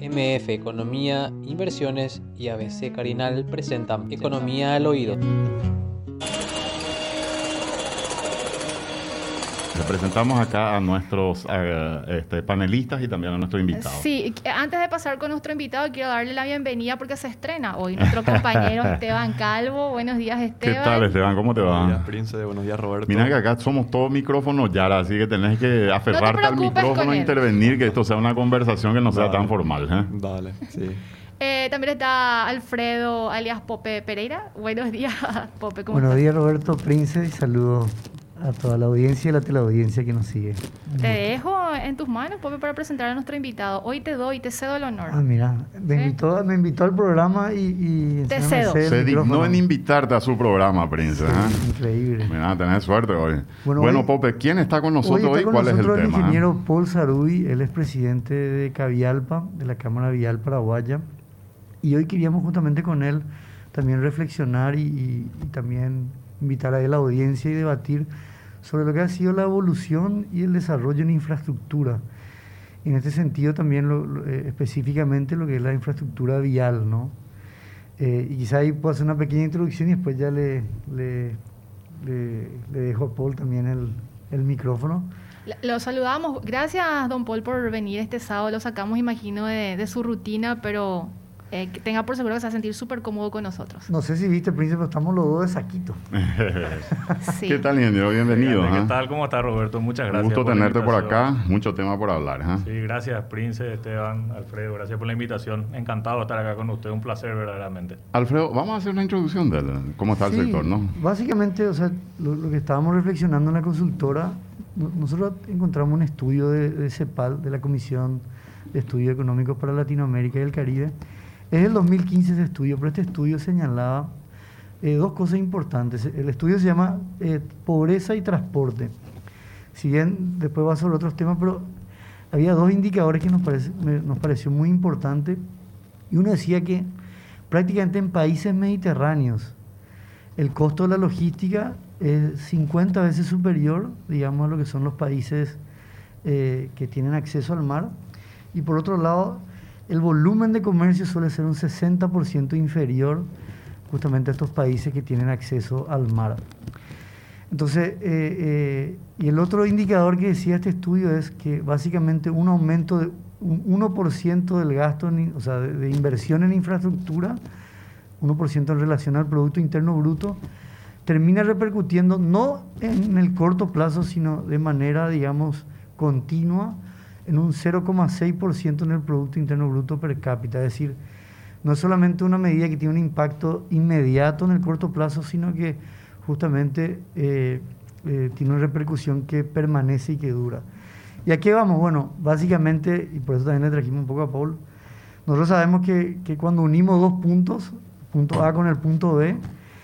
MF Economía, Inversiones y ABC Carinal presentan Economía al Oído. Le presentamos acá a nuestros panelistas y también a nuestro invitado. Sí, antes de pasar con nuestro invitado, quiero darle la bienvenida porque se estrena hoy nuestro compañero Esteban Calvo. Buenos días, Esteban. ¿Qué tal, Esteban? ¿Cómo te va? Buenos días, Prince. Buenos días, Roberto. Mira que acá somos todos micrófonos ya, así que tenés que aferrarte al micrófono e intervenir, que esto sea una conversación que no sea tan formal. Dale, sí. También está Alfredo, alias Pope Pereira. Buenos días, Pope. ¿Cómo Buenos estás? días, Roberto, Prince, y saludos a toda la audiencia y la teleaudiencia que nos sigue. Te dejo en tus manos, Pope, para presentar a nuestro invitado. Hoy te cedo el honor. Ah, mira, me invitó al programa y Te cedo. Se dignó en invitarte a su programa, Prince. Sí, increíble. Mira, tenés suerte hoy. Bueno, hoy, Pope, ¿quién está con nosotros hoy? ¿Cuál es el tema? El ingeniero Paul Saruy, él es presidente de Cavialpa, de la Cámara Vial Paraguaya, y hoy queríamos justamente con él también reflexionar y también invitar a él a la audiencia y debatir sobre lo que ha sido la evolución y el desarrollo en infraestructura. En este sentido también específicamente lo que es la infraestructura vial, ¿no? Y quizá ahí puedo hacer una pequeña introducción y después ya le dejo a Paul también el micrófono. Lo saludamos. Gracias, don Paul, por venir este sábado. Lo sacamos, imagino, de su rutina, pero que tenga por seguro que se va a sentir súper cómodo con nosotros. No sé si viste, Príncipe, pero estamos los dos de saquito. Sí. ¿Qué tal, ingeniero? Bienvenido. ¿Qué tal? ¿Cómo está, Roberto? Muchas gracias. Un gusto tenerte por acá. Mucho tema por hablar. Sí, gracias, Prince, Esteban, Alfredo. Gracias por la invitación. Encantado de estar acá con usted. Un placer, verdaderamente. Alfredo, vamos a hacer una introducción de cómo está el sector, ¿no? Básicamente, o sea, lo que estábamos reflexionando en la consultora, nosotros encontramos un estudio de CEPAL, de la Comisión de Estudios Económicos para Latinoamérica y el Caribe. Es del 2015 ese estudio, pero este estudio señalaba dos cosas importantes. El estudio se llama Pobreza y Transporte. Si bien después va sobre otros temas, pero había dos indicadores que nos pareció muy importantes. Y uno decía que prácticamente en países mediterráneos el costo de la logística es 50 veces superior, digamos, a lo que son los países que tienen acceso al mar. Y por otro lado, el volumen de comercio suele ser un 60% inferior justamente a estos países que tienen acceso al mar. Entonces, y el otro indicador que decía este estudio es que básicamente un aumento de un 1% del gasto, o sea, de inversión en infraestructura, 1% en relación al Producto Interno Bruto, termina repercutiendo no en el corto plazo, sino de manera, digamos, continua, en un 0,6% en el Producto Interno Bruto per cápita. Es decir, no es solamente una medida que tiene un impacto inmediato en el corto plazo, sino que justamente tiene una repercusión que permanece y que dura. ¿Y a qué vamos? Bueno, básicamente, y por eso también le trajimos un poco a Paul, nosotros sabemos que cuando unimos dos puntos, punto A con el punto B,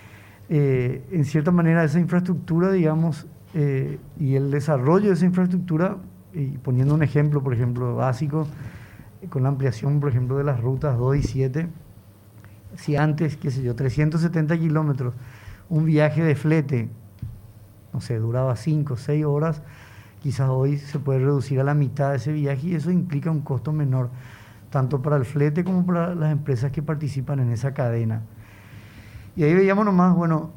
en cierta manera esa infraestructura, digamos, y el desarrollo de esa infraestructura, y poniendo un ejemplo, por ejemplo, básico, con la ampliación, por ejemplo, de las rutas 2 y 7, si antes, qué sé yo, 370 kilómetros, un viaje de flete, no sé, duraba 5 o 6 horas, quizás hoy se puede reducir a la mitad de ese viaje y eso implica un costo menor, tanto para el flete como para las empresas que participan en esa cadena. Y ahí veíamos nomás, bueno,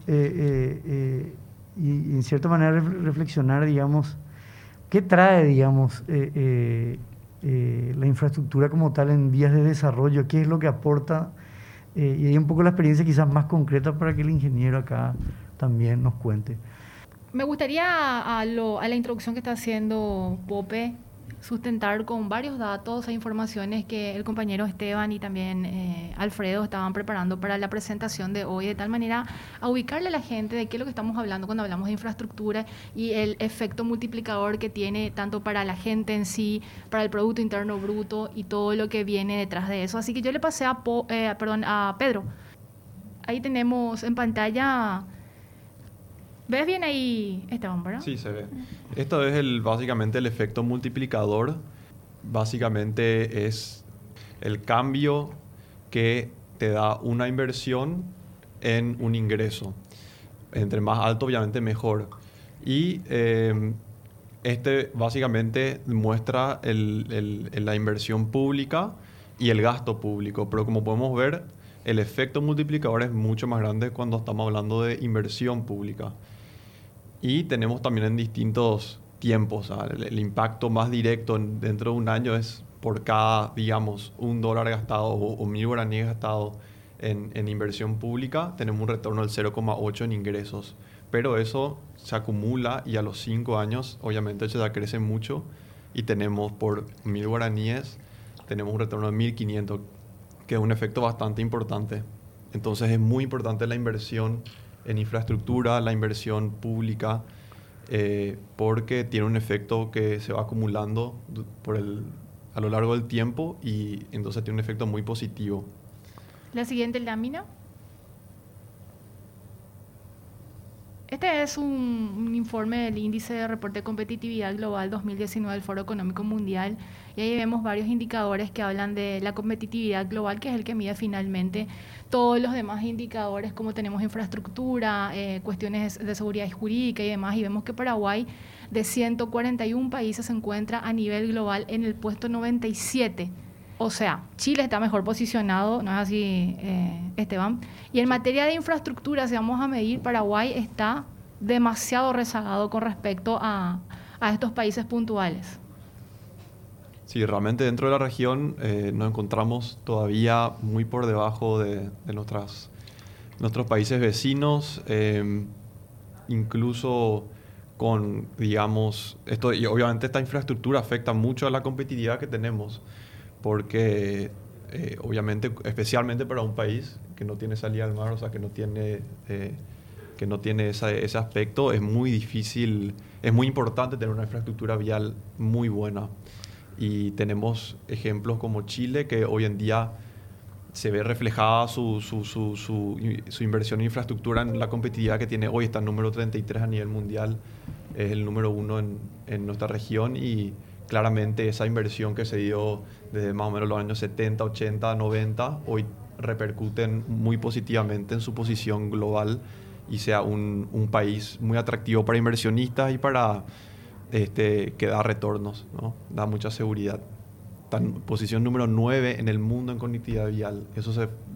y en cierta manera reflexionar, digamos, ¿qué trae, digamos, la infraestructura como tal en vías de desarrollo? ¿Qué es lo que aporta? Y hay un poco la experiencia quizás más concreta para que el ingeniero acá también nos cuente. Me gustaría a la introducción que está haciendo Pope sustentar con varios datos e informaciones que el compañero Esteban y también Alfredo estaban preparando para la presentación de hoy, de tal manera a ubicarle a la gente de qué es lo que estamos hablando cuando hablamos de infraestructura y el efecto multiplicador que tiene tanto para la gente en sí, para el Producto Interno Bruto y todo lo que viene detrás de eso. Así que yo le pasé a Pedro. Ahí tenemos en pantalla. ¿Ves bien ahí, Esteban, verdad? Sí, se ve. Esto es básicamente el efecto multiplicador. Básicamente es el cambio que te da una inversión en un ingreso. Entre más alto, obviamente, mejor. Y básicamente muestra la inversión pública y el gasto público. Pero como podemos ver, el efecto multiplicador es mucho más grande cuando estamos hablando de inversión pública. Y tenemos también en distintos tiempos. O sea, el impacto más directo dentro de un año es por cada, digamos, $1 gastado o 1.000 guaraníes gastados en inversión pública, tenemos un retorno del 0,8 en ingresos. Pero eso se acumula y a los 5 años, obviamente, se ya crece mucho y tenemos por 1.000 guaraníes, tenemos un retorno de 1.500, que es un efecto bastante importante. Entonces es muy importante la inversión en infraestructura, la inversión pública, porque tiene un efecto que se va acumulando a lo largo del tiempo y entonces tiene un efecto muy positivo. La siguiente lámina. Este es un informe del Índice de Reporte de Competitividad Global 2019 del Foro Económico Mundial, y ahí vemos varios indicadores que hablan de la competitividad global, que es el que mide finalmente todos los demás indicadores, como tenemos infraestructura, cuestiones de seguridad jurídica y demás, y vemos que Paraguay, de 141 países, se encuentra a nivel global en el puesto 97. O sea, Chile está mejor posicionado, ¿no es así, Esteban? Y en materia de infraestructura, si vamos a medir, Paraguay está demasiado rezagado con respecto a estos países puntuales. Sí, realmente dentro de la región nos encontramos todavía muy por debajo de nuestros países vecinos, incluso con, digamos, esto, y obviamente esta infraestructura afecta mucho a la competitividad que tenemos, porque obviamente, especialmente para un país que no tiene salida al mar, o sea, que no tiene ese aspecto, es muy difícil, es muy importante tener una infraestructura vial muy buena. Y tenemos ejemplos como Chile, que hoy en día se ve reflejada su inversión en infraestructura en la competitividad que tiene hoy. Está en número 33 a nivel mundial, es el número 1 en nuestra región, y claramente esa inversión que se dio desde más o menos los años 70, 80, 90, hoy repercuten muy positivamente en su posición global y sea un país muy atractivo para inversionistas y para que da retornos, ¿no? Da mucha seguridad. Está en posición número 9 en el mundo en conectividad vial. Eso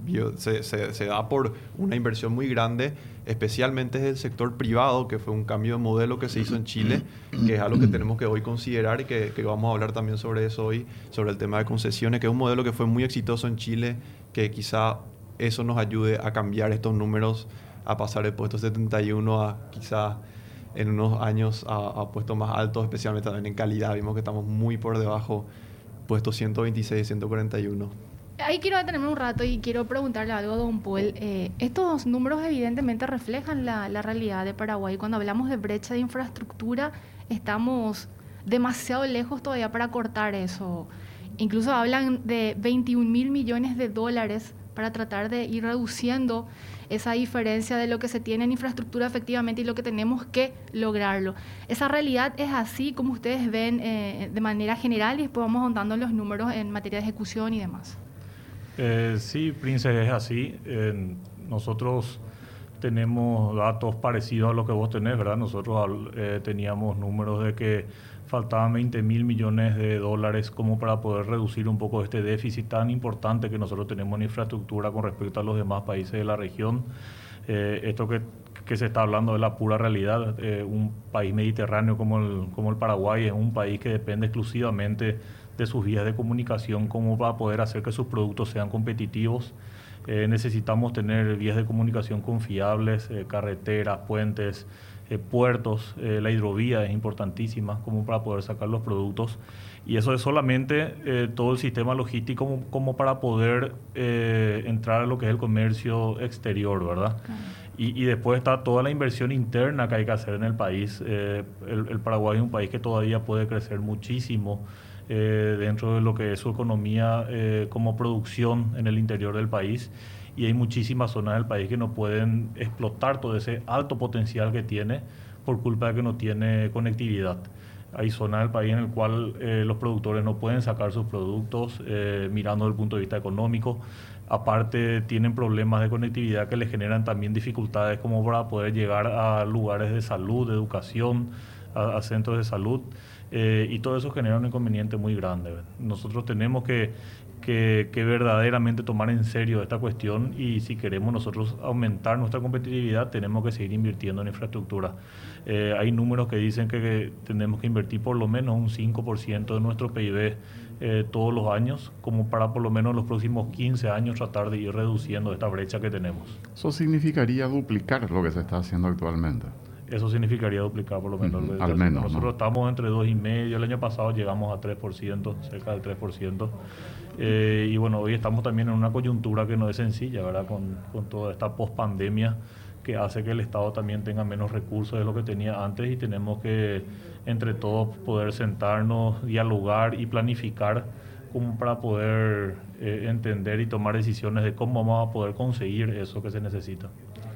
se da por una inversión muy grande, especialmente desde el sector privado, que fue un cambio de modelo que se hizo en Chile, que es algo que tenemos que hoy considerar y que vamos a hablar también sobre eso hoy, sobre el tema de concesiones, que es un modelo que fue muy exitoso en Chile, que quizá eso nos ayude a cambiar estos números, a pasar del puesto 71 a quizá en unos años a puestos más altos, especialmente también en calidad. Vimos que estamos muy por debajo, puestos 126 y 141. Ahí quiero detenerme un rato y quiero preguntarle algo a don Paul. Estos números evidentemente reflejan la realidad de Paraguay. Cuando hablamos de brecha de infraestructura, estamos demasiado lejos todavía para cortar eso. Incluso hablan de 21.000 millones de dólares para tratar de ir reduciendo esa diferencia de lo que se tiene en infraestructura efectivamente y lo que tenemos que lograrlo. ¿Esa realidad es así como ustedes ven de manera general? Y después vamos ahondando en los números en materia de ejecución y demás. Sí, Prince, es así. Nosotros tenemos datos parecidos a lo que vos tenés, ¿verdad? Nosotros teníamos números de que faltaban 20.000 millones de dólares como para poder reducir un poco este déficit tan importante que nosotros tenemos en infraestructura con respecto a los demás países de la región. Esto que se está hablando de la pura realidad. Un país mediterráneo como el Paraguay es un país que depende exclusivamente de sus vías de comunicación como para poder hacer que sus productos sean competitivos. Necesitamos tener vías de comunicación confiables, carreteras, puentes, puertos. La hidrovía es importantísima como para poder sacar los productos, y eso es solamente todo el sistema logístico como para poder entrar a lo que es el comercio exterior, ¿verdad? Y después está toda la inversión interna que hay que hacer en el país. El Paraguay es un país que todavía puede crecer muchísimo dentro de lo que es su economía como producción en el interior del país, y hay muchísimas zonas del país que no pueden explotar todo ese alto potencial que tiene por culpa de que no tiene conectividad. Hay zonas del país en el cual los productores no pueden sacar sus productos mirando desde el punto de vista económico. Aparte, tienen problemas de conectividad que les generan también dificultades como para poder llegar a lugares de salud, de educación, a centros de salud, y todo eso genera un inconveniente muy grande. Nosotros tenemos que que verdaderamente tomar en serio esta cuestión, y si queremos nosotros aumentar nuestra competitividad tenemos que seguir invirtiendo en infraestructura. Hay números que dicen que tenemos que invertir por lo menos un 5% de nuestro PIB todos los años, como para por lo menos los próximos 15 años tratar de ir reduciendo esta brecha que tenemos. Eso significaría duplicar lo que se está haciendo actualmente. Eso significaría duplicar por lo menos. Al menos. Nosotros ¿no? estamos entre 2,5%, el año pasado llegamos a 3%, cerca del 3%. Y bueno, hoy estamos también en una coyuntura que no es sencilla, ¿verdad? Con toda esta pospandemia que hace que el Estado también tenga menos recursos de lo que tenía antes, y tenemos que entre todos poder sentarnos, dialogar y planificar como para poder entender y tomar decisiones de cómo vamos a poder conseguir eso que se necesita.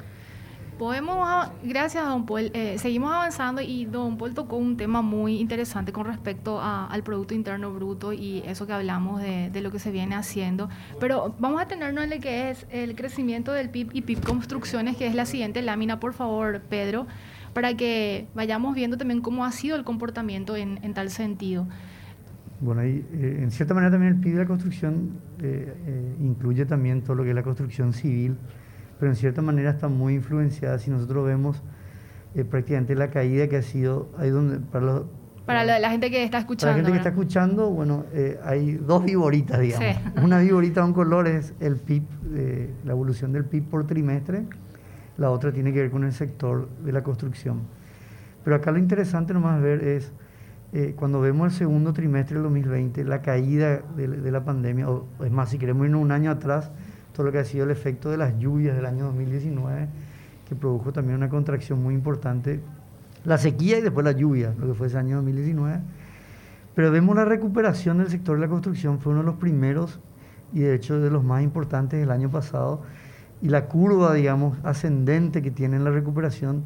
Gracias, don Paul. Seguimos avanzando, y don Paul tocó un tema muy interesante con respecto al Producto Interno Bruto y eso que hablamos de lo que se viene haciendo. Pero vamos a tenernos en lo que es el crecimiento del PIB y PIB Construcciones, que es la siguiente lámina, por favor, Pedro, para que vayamos viendo también cómo ha sido el comportamiento en tal sentido. Bueno, y, en cierta manera también el PIB de la construcción incluye también todo lo que es la construcción civil, pero en cierta manera está muy influenciada. Si nosotros vemos prácticamente la caída que ha sido ahí donde para la gente que está escuchando. Para la gente que está escuchando, bueno, hay dos viboritas, digamos. Sí. Una viborita de un color es el PIB, la evolución del PIB por trimestre. La otra tiene que ver con el sector de la construcción. Pero acá lo interesante nomás ver es cuando vemos el segundo trimestre del 2020, la caída de la pandemia, o es más, si queremos irnos un año atrás, todo lo que ha sido el efecto de las lluvias del año 2019, que produjo también una contracción muy importante, la sequía y después la lluvia, lo que fue ese año 2019. Pero vemos la recuperación del sector de la construcción, fue uno de los primeros y de hecho de los más importantes del año pasado, y la curva, digamos, ascendente que tiene la recuperación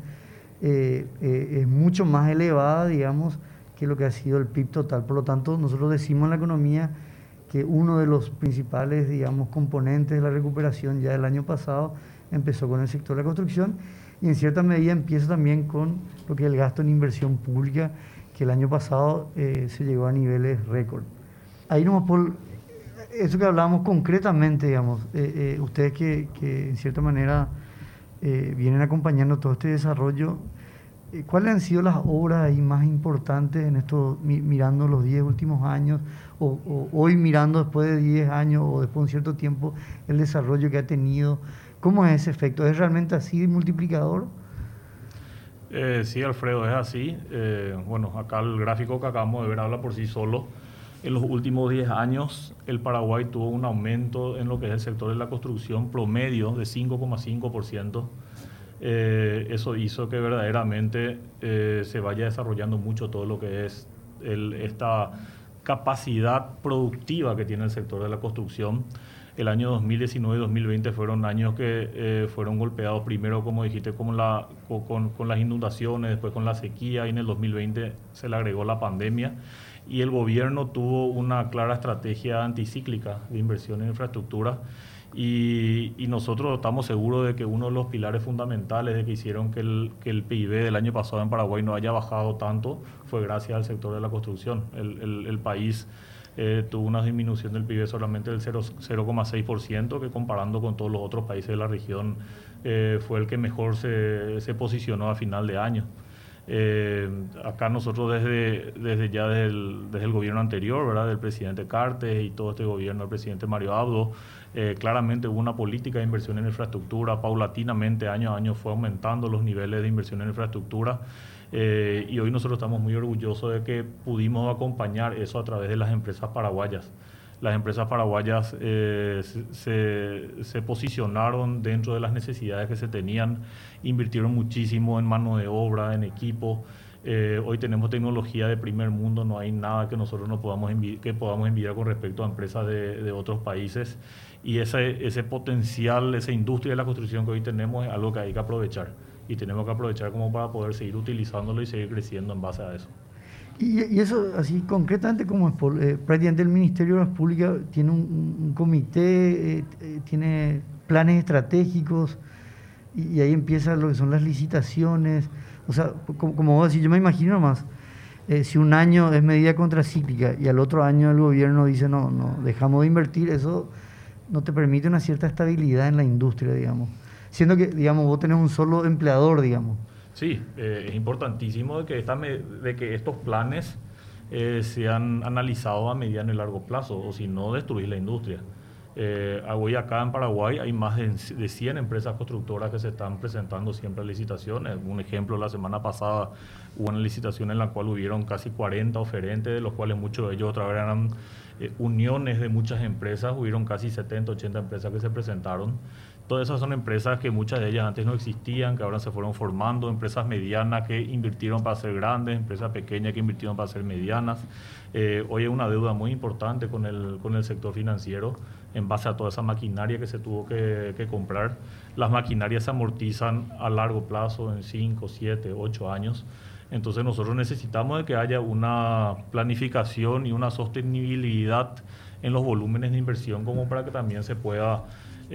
es mucho más elevada, digamos, que lo que ha sido el PIB total. Por lo tanto, nosotros decimos en la economía que uno de los principales, digamos, componentes de la recuperación ya del año pasado empezó con el sector de la construcción, y en cierta medida empieza también con lo que es el gasto en inversión pública, que el año pasado se llegó a niveles récord. Ahí nomás por eso que hablábamos concretamente, digamos, ustedes que en cierta manera vienen acompañando todo este desarrollo, ¿cuáles han sido las obras ahí más importantes en esto, mirando los 10 últimos años, o hoy mirando después de 10 años o después de un cierto tiempo el desarrollo que ha tenido? ¿Cómo es ese efecto? ¿Es realmente así multiplicador? Sí, Alfredo, es así. Bueno, acá el gráfico que acabamos de ver habla por sí solo. En los últimos 10 años, el Paraguay tuvo un aumento en lo que es el sector de la construcción promedio de 5,5%. Eso hizo que verdaderamente se vaya desarrollando mucho todo lo que es esta capacidad productiva que tiene el sector de la construcción. El año 2019 y 2020 fueron años que fueron golpeados primero, como dijiste, con las inundaciones, después con la sequía, y en el 2020 se le agregó la pandemia, y el gobierno tuvo una clara estrategia anticíclica de inversión en infraestructura, y nosotros estamos seguros de que uno de los pilares fundamentales de que hicieron que el PIB del año pasado en Paraguay no haya bajado tanto fue gracias al sector de la construcción. El país tuvo una disminución del PIB solamente del 0,6%, que comparando con todos los otros países de la región fue el que mejor se posicionó a final de año. Acá nosotros desde el gobierno anterior, ¿verdad?, del presidente Cartes, y todo este gobierno del presidente Mario Abdo, claramente hubo una política de inversión en infraestructura. Paulatinamente, año a año, fue aumentando los niveles de inversión en infraestructura, y hoy nosotros estamos muy orgullosos de que pudimos acompañar eso a través de las empresas paraguayas. Las empresas paraguayas se posicionaron dentro de las necesidades que se tenían, invirtieron muchísimo en mano de obra, en equipo. Hoy tenemos tecnología de primer mundo, no hay nada que nosotros no podamos envidiar con respecto a empresas de otros países, y ese potencial, esa industria de la construcción que hoy tenemos es algo que hay que aprovechar, y tenemos que aprovechar como para poder seguir utilizándolo y seguir creciendo en base a eso. Y eso, así concretamente, como es prácticamente el Ministerio de Obras Públicas tiene un comité, tiene planes estratégicos, y ahí empiezan lo que son las licitaciones. O sea, como vos decís, yo me imagino más, Si un año es medida contracíclica y al otro año el gobierno dice no, dejamos de invertir, eso no te permite una cierta estabilidad en la industria, digamos. Siendo que, digamos, vos tenés un solo empleador, digamos. Sí, es importantísimo de que estos planes sean analizados a mediano y largo plazo, o si no, destruir la industria. Hoy acá en Paraguay hay más de 100 empresas constructoras que se están presentando siempre a licitaciones. Un ejemplo, la semana pasada hubo una licitación en la cual hubieron casi 40 oferentes, de los cuales muchos de ellos otra vez eran uniones de muchas empresas. Hubieron casi 70, 80 empresas que se presentaron. Todas esas son empresas que muchas de ellas antes no existían, que ahora se fueron formando, empresas medianas que invirtieron para ser grandes, empresas pequeñas que invirtieron para ser medianas. Hoy hay una deuda muy importante con el sector financiero en base a toda esa maquinaria que se tuvo que comprar. Las maquinarias se amortizan a largo plazo, en 5, 7, 8 años. Entonces nosotros necesitamos de que haya una planificación y una sostenibilidad en los volúmenes de inversión, como para que también se pueda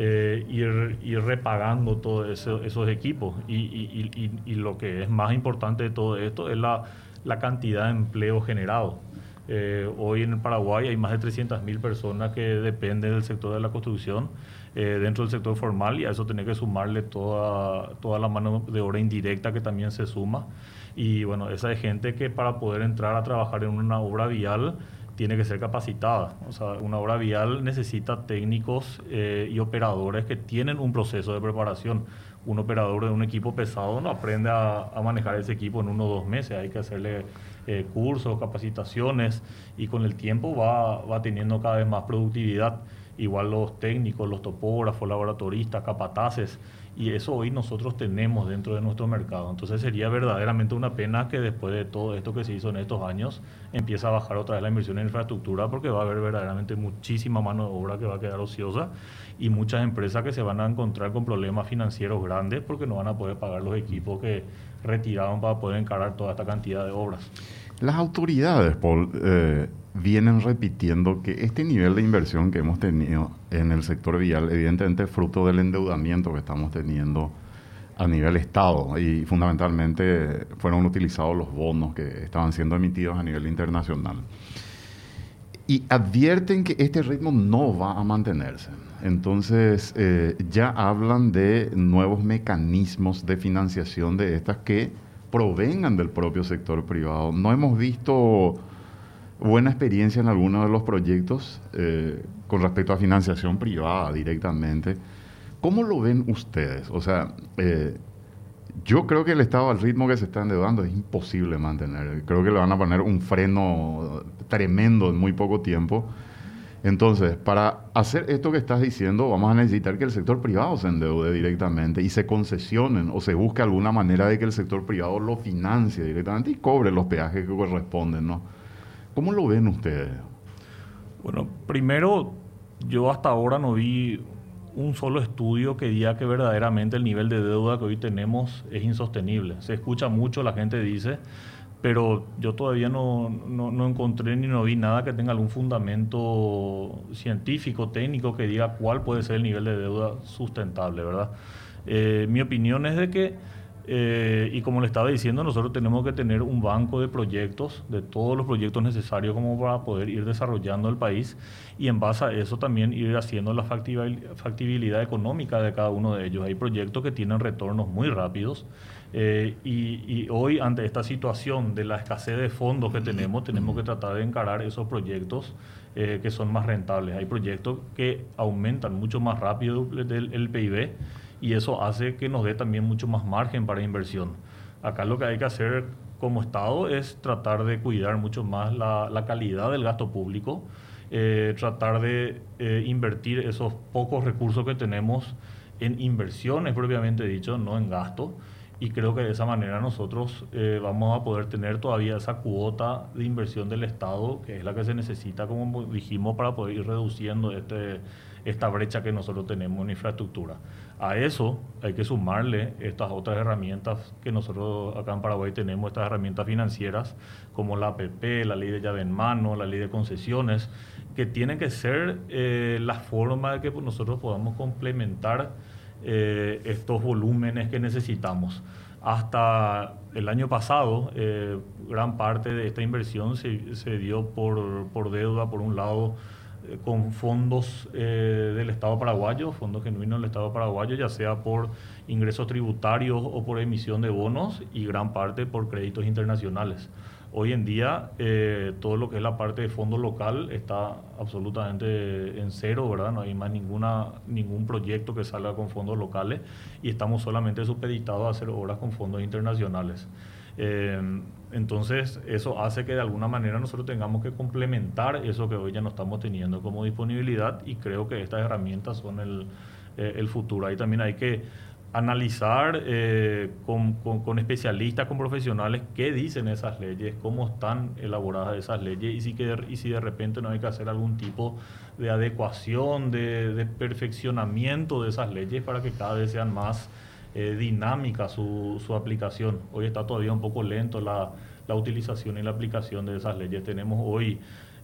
ir repagando todos esos equipos. Y lo que es más importante de todo esto es la cantidad de empleo generado. Hoy en Paraguay hay más de 300.000 personas que dependen del sector de la construcción, dentro del sector formal, y a eso tiene que sumarle toda la mano de obra indirecta que también se suma. Y bueno, esa es gente que para poder entrar a trabajar en una obra vial tiene que ser capacitada. O sea, una obra vial necesita técnicos y operadores que tienen un proceso de preparación. Un operador de un equipo pesado no aprende a manejar ese equipo en 1 o 2 meses. Hay que hacerle cursos, capacitaciones, y con el tiempo va teniendo cada vez más productividad. Igual los técnicos, los topógrafos, laboratoristas, capataces, y eso hoy nosotros tenemos dentro de nuestro mercado. Entonces sería verdaderamente una pena que después de todo esto que se hizo en estos años empiece a bajar otra vez la inversión en infraestructura, porque va a haber verdaderamente muchísima mano de obra que va a quedar ociosa y muchas empresas que se van a encontrar con problemas financieros grandes porque no van a poder pagar los equipos que retiraron para poder encarar toda esta cantidad de obras. Las autoridades, Paul, vienen repitiendo que este nivel de inversión que hemos tenido en el sector vial, evidentemente es fruto del endeudamiento que estamos teniendo a nivel Estado, y fundamentalmente fueron utilizados los bonos que estaban siendo emitidos a nivel internacional. Y advierten que este ritmo no va a mantenerse. Entonces, ya hablan de nuevos mecanismos de financiación de estas que provengan del propio sector privado. No hemos visto buena experiencia en algunos de los proyectos con respecto a financiación privada directamente. ¿Cómo lo ven ustedes? O sea, yo creo que el Estado al ritmo que se está endeudando es imposible mantener. Creo que le van a poner un freno tremendo en muy poco tiempo. Entonces, para hacer esto que estás diciendo, vamos a necesitar que el sector privado se endeude directamente y se concesionen, o se busque alguna manera de que el sector privado lo financie directamente y cobre los peajes que corresponden, ¿no? ¿Cómo lo ven ustedes? Bueno, primero, yo hasta ahora no vi un solo estudio que diga que verdaderamente el nivel de deuda que hoy tenemos es insostenible. Se escucha mucho, la gente dice, pero yo todavía no encontré ni no vi nada que tenga algún fundamento científico, técnico, que diga cuál puede ser el nivel de deuda sustentable, ¿verdad? Mi opinión es de que, y como le estaba diciendo, nosotros tenemos que tener un banco de proyectos, de todos los proyectos necesarios como para poder ir desarrollando el país, y en base a eso también ir haciendo la factibilidad económica de cada uno de ellos. Hay proyectos que tienen retornos muy rápidos, y hoy, ante esta situación de la escasez de fondos que tenemos que tratar de encarar esos proyectos que son más rentables. Hay proyectos que aumentan mucho más rápido el PIB, y eso hace que nos dé también mucho más margen para inversión. Acá lo que hay que hacer como Estado es tratar de cuidar mucho más la calidad del gasto público, tratar de invertir esos pocos recursos que tenemos en inversiones propiamente dicho, no en gasto, y creo que de esa manera nosotros vamos a poder tener todavía esa cuota de inversión del Estado, que es la que se necesita, como dijimos, para poder ir reduciendo esta brecha que nosotros tenemos en infraestructura. A eso hay que sumarle estas otras herramientas que nosotros acá en Paraguay tenemos, estas herramientas financieras como la APP, la ley de llave en mano, la ley de concesiones, que tienen que ser la forma de que nosotros podamos complementar estos volúmenes que necesitamos. Hasta el año pasado, gran parte de esta inversión se dio por deuda, por un lado, con fondos del Estado paraguayo, fondos genuinos del Estado paraguayo, ya sea por ingresos tributarios o por emisión de bonos, y gran parte por créditos internacionales. Hoy en día, todo lo que es la parte de fondo local está absolutamente en cero, ¿verdad? No hay más ningún proyecto que salga con fondos locales, y estamos solamente supeditados a hacer obras con fondos internacionales. Entonces, eso hace que de alguna manera nosotros tengamos que complementar eso que hoy ya no estamos teniendo como disponibilidad, y creo que estas herramientas son el futuro. Ahí también hay que analizar con especialistas, con profesionales, qué dicen esas leyes, cómo están elaboradas esas leyes, y si de repente no hay que hacer algún tipo de adecuación, de perfeccionamiento de esas leyes para que cada vez sean más dinámica su aplicación. Hoy está todavía un poco lento la utilización y la aplicación de esas leyes. Tenemos hoy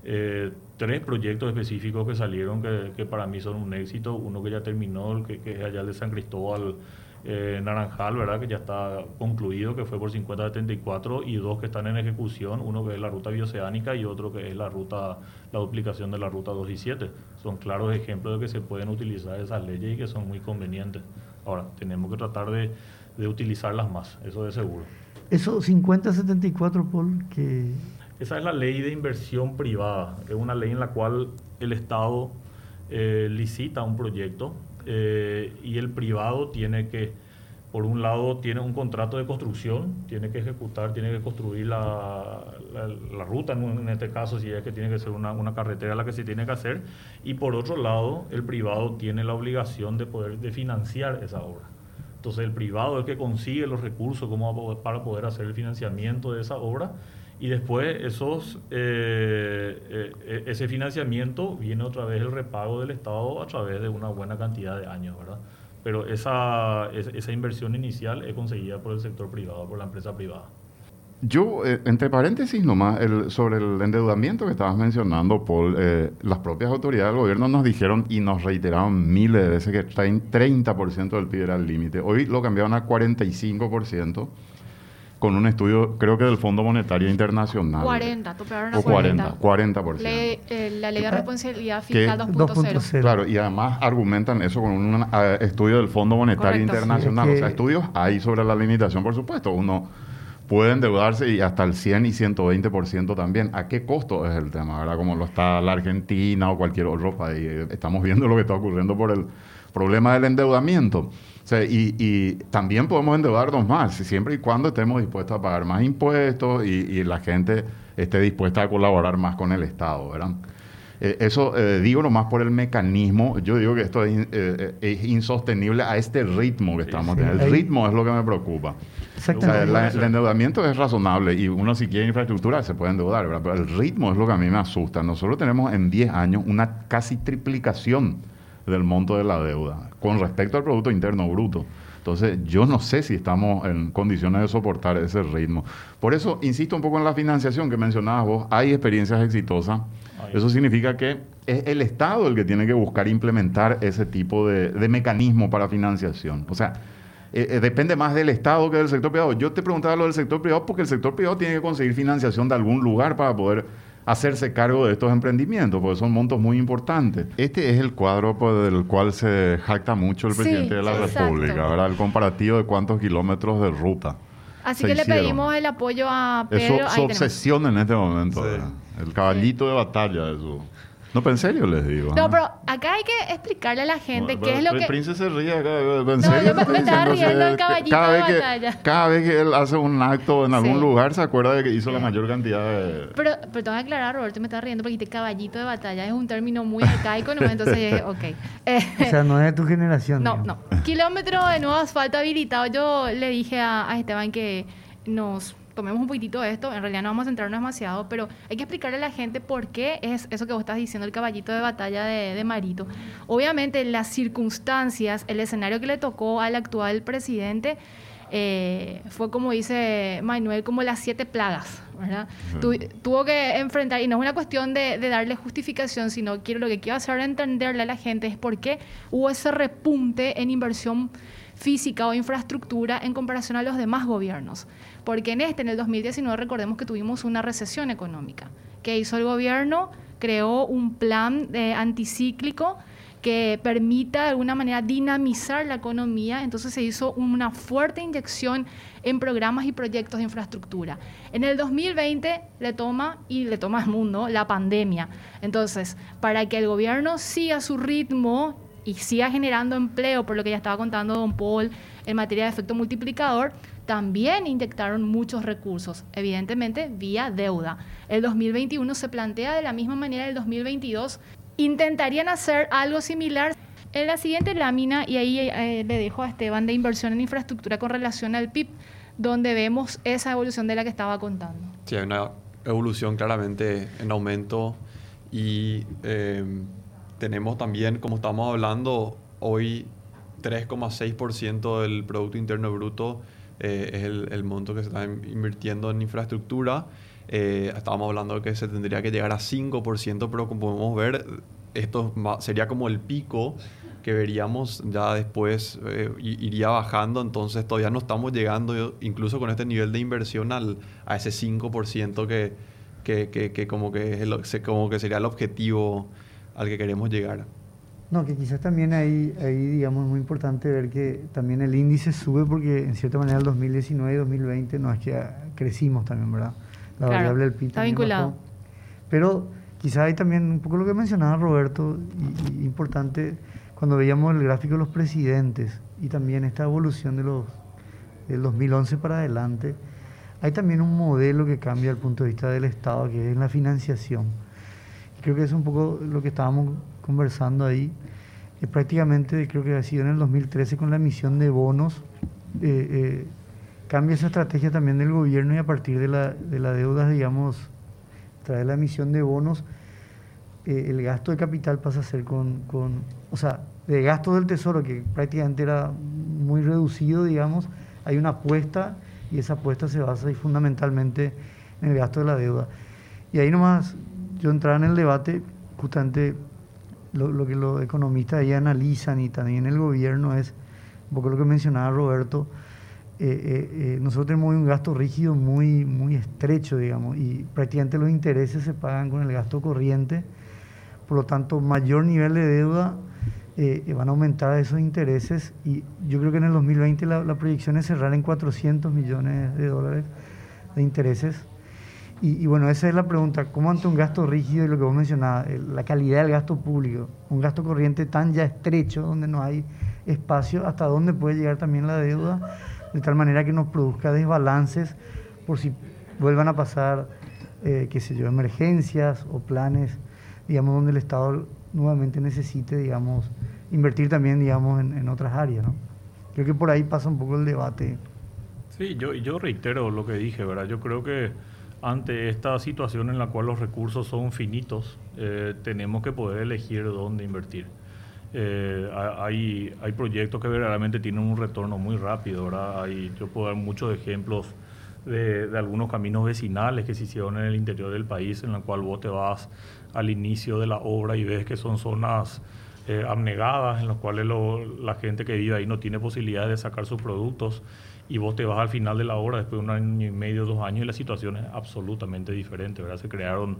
3 proyectos específicos que salieron que para mí son un éxito. Uno que ya terminó, que es allá de San Cristóbal, Naranjal, ¿verdad? Que ya está concluido, que fue por 5074, y 2 que están en ejecución, uno que es la ruta bioceánica y otro que es la duplicación de la ruta 2 y 7. Son claros ejemplos de que se pueden utilizar esas leyes y que son muy convenientes. Ahora, tenemos que tratar de utilizarlas más, eso de seguro. Eso 5074, Paul, que... Esa es la ley de inversión privada. Es una ley en la cual el Estado licita un proyecto, y el privado tiene que, por un lado, tiene un contrato de construcción, tiene que ejecutar, tiene que construir la ruta, en este caso, si es que tiene que ser una carretera la que se tiene que hacer, y por otro lado, el privado tiene la obligación de financiar esa obra. Entonces, el privado es el que consigue los recursos para poder hacer el financiamiento de esa obra, y después ese financiamiento viene otra vez el repago del Estado a través de una buena cantidad de años, ¿verdad? Pero esa inversión inicial es conseguida por el sector privado, por la empresa privada. Yo, entre paréntesis nomás, sobre el endeudamiento que estabas mencionando, Paul, las propias autoridades del gobierno nos dijeron y nos reiteraron miles de veces que 30% del PIB era el límite. Hoy lo cambiaron a 45%. Con un estudio, creo que del Fondo Monetario Internacional. 40, toparon a 40%. La ley de responsabilidad fiscal 2.0. Claro, y además argumentan eso con un estudio del Fondo Monetario Internacional. O sea, estudios hay sobre la limitación, por supuesto. Uno puede endeudarse y hasta el 100 y 120% también. ¿A qué costo es el tema, verdad? Como lo está la Argentina o cualquier otro país. Estamos viendo lo que está ocurriendo por el problema del endeudamiento. O sea, y también podemos endeudarnos más, siempre y cuando estemos dispuestos a pagar más impuestos y la gente esté dispuesta a colaborar más con el Estado, ¿verdad? Eso digo nomás por el mecanismo. Yo digo que esto es insostenible a este ritmo que estamos teniendo. El ritmo es lo que me preocupa. Exactamente. O sea, el endeudamiento es razonable y uno, si quiere infraestructura, se puede endeudar, ¿verdad? Pero el ritmo es lo que a mí me asusta. Nosotros tenemos en 10 años una casi triplicación del monto de la deuda con respecto al Producto Interno Bruto. Entonces, yo no sé si estamos en condiciones de soportar ese ritmo. Por eso, insisto un poco en la financiación que mencionabas vos. Hay experiencias exitosas. Eso significa que es el Estado el que tiene que buscar implementar ese tipo de mecanismo para financiación. O sea, depende más del Estado que del sector privado. Yo te preguntaba lo del sector privado porque el sector privado tiene que conseguir financiación de algún lugar para poder hacerse cargo de estos emprendimientos, porque son montos muy importantes. Este es el cuadro del cual se jacta mucho el presidente de la República, ¿verdad? El comparativo de cuántos kilómetros de ruta. Así que le pedimos el apoyo a Pedro. Es su obsesión en este momento, sí. El caballito de batalla de su... No, pero en serio les digo. No, pero acá hay que explicarle a la gente qué es lo que... El príncipe se ríe acá. ¿En no, serio? yo me estaba riendo del caballito de batalla. Cada vez que él hace un acto en algún lugar, se acuerda de que hizo la mayor cantidad de... Pero tengo que aclarar, Roberto, me estaba riendo porque dijiste caballito de batalla. Es un término muy arcaico, ¿no? Entonces, ok. O sea, no es de tu generación. No. Kilómetro de nuevo asfalto habilitado. Yo le dije a Esteban que nos... tomemos un poquitito de esto, en realidad no vamos a centrarnos demasiado, pero hay que explicarle a la gente por qué es eso que vos estás diciendo, el caballito de batalla de Marito. Obviamente las circunstancias, el escenario que le tocó al actual presidente fue, como dice Manuel, como las 7 plagas, ¿verdad? Tuvo que enfrentar, y no es una cuestión de darle justificación, sino lo que quiero hacer entenderle a la gente es por qué hubo ese repunte en inversión física o infraestructura en comparación a los demás gobiernos. Porque en el 2019, recordemos que tuvimos una recesión económica. ¿Qué hizo el gobierno? Creó un plan anticíclico que permita de alguna manera dinamizar la economía. Entonces se hizo una fuerte inyección en programas y proyectos de infraestructura. En el 2020 le toma al mundo la pandemia. Entonces, para que el gobierno siga su ritmo y siga generando empleo, por lo que ya estaba contando don Paul, en materia de efecto multiplicador, también inyectaron muchos recursos, evidentemente vía deuda. El 2021 se plantea de la misma manera del 2022. Intentarían hacer algo similar. En la siguiente lámina, y ahí le dejo a Esteban, de inversión en infraestructura con relación al PIB, donde vemos esa evolución de la que estaba contando. Sí, hay una evolución claramente en aumento y tenemos también, como estamos hablando, hoy 3,6% del Producto Interno Bruto es el monto que se está invirtiendo en infraestructura. Estábamos hablando de que se tendría que llegar a 5%, pero como podemos ver, esto sería como el pico que veríamos ya después, iría bajando. Entonces todavía no estamos llegando, incluso con este nivel de inversión, a ese 5% que como que sería el objetivo al que queremos llegar. No, que quizás también ahí digamos, es muy importante ver que también el índice sube porque en cierta manera el 2019 y 2020 no es que crecimos también, ¿verdad? La variable del PIB está vinculado. Bajó. Pero quizás hay también un poco lo que mencionaba Roberto, y importante, cuando veíamos el gráfico de los presidentes y también esta evolución del 2011 para adelante, hay también un modelo que cambia el punto de vista del Estado, que es la financiación. Y creo que es un poco lo que estábamos conversando ahí. Prácticamente creo que ha sido en el 2013 con la emisión de bonos, cambia esa estrategia también del gobierno, y a partir de la deuda, digamos, a través de la emisión de bonos, el gasto de capital pasa a ser o sea, de gasto del tesoro, que prácticamente era muy reducido, digamos, hay una apuesta, y esa apuesta se basa fundamentalmente en el gasto de la deuda. Y ahí nomás yo entraba en el debate, justamente lo que los economistas ahí analizan, y también el gobierno, es un poco lo que mencionaba Roberto. Nosotros tenemos un gasto rígido muy, muy estrecho, digamos, y prácticamente los intereses se pagan con el gasto corriente. Por lo tanto, mayor nivel de deuda, van a aumentar esos intereses, y yo creo que en el 2020 la proyección es cerrar en 400 millones de dólares de intereses. Y bueno, esa es la pregunta: ¿cómo ante un gasto rígido y lo que vos mencionabas, la calidad del gasto público, un gasto corriente tan ya estrecho, donde no hay espacio, hasta dónde puede llegar también la deuda, de tal manera que nos produzca desbalances por si vuelvan a pasar, qué sé yo, emergencias o planes, digamos, donde el Estado nuevamente necesite, digamos, invertir también, digamos, en otras áreas, ¿no? Creo que por ahí pasa un poco el debate. Sí, yo reitero lo que dije, ¿verdad? Yo creo que ante esta situación en la cual los recursos son finitos, tenemos que poder elegir dónde invertir. Hay proyectos que verdaderamente tienen un retorno muy rápido, ¿verdad? Yo puedo dar muchos ejemplos de algunos caminos vecinales que se hicieron en el interior del país, en la cual vos te vas al inicio de la obra y ves que son zonas abnegadas, en las cuales la gente que vive ahí no tiene posibilidad de sacar sus productos, y vos te vas al final de la obra después de 1 año y medio, 2 años, y la situación es absolutamente diferente, ¿verdad? Se crearon,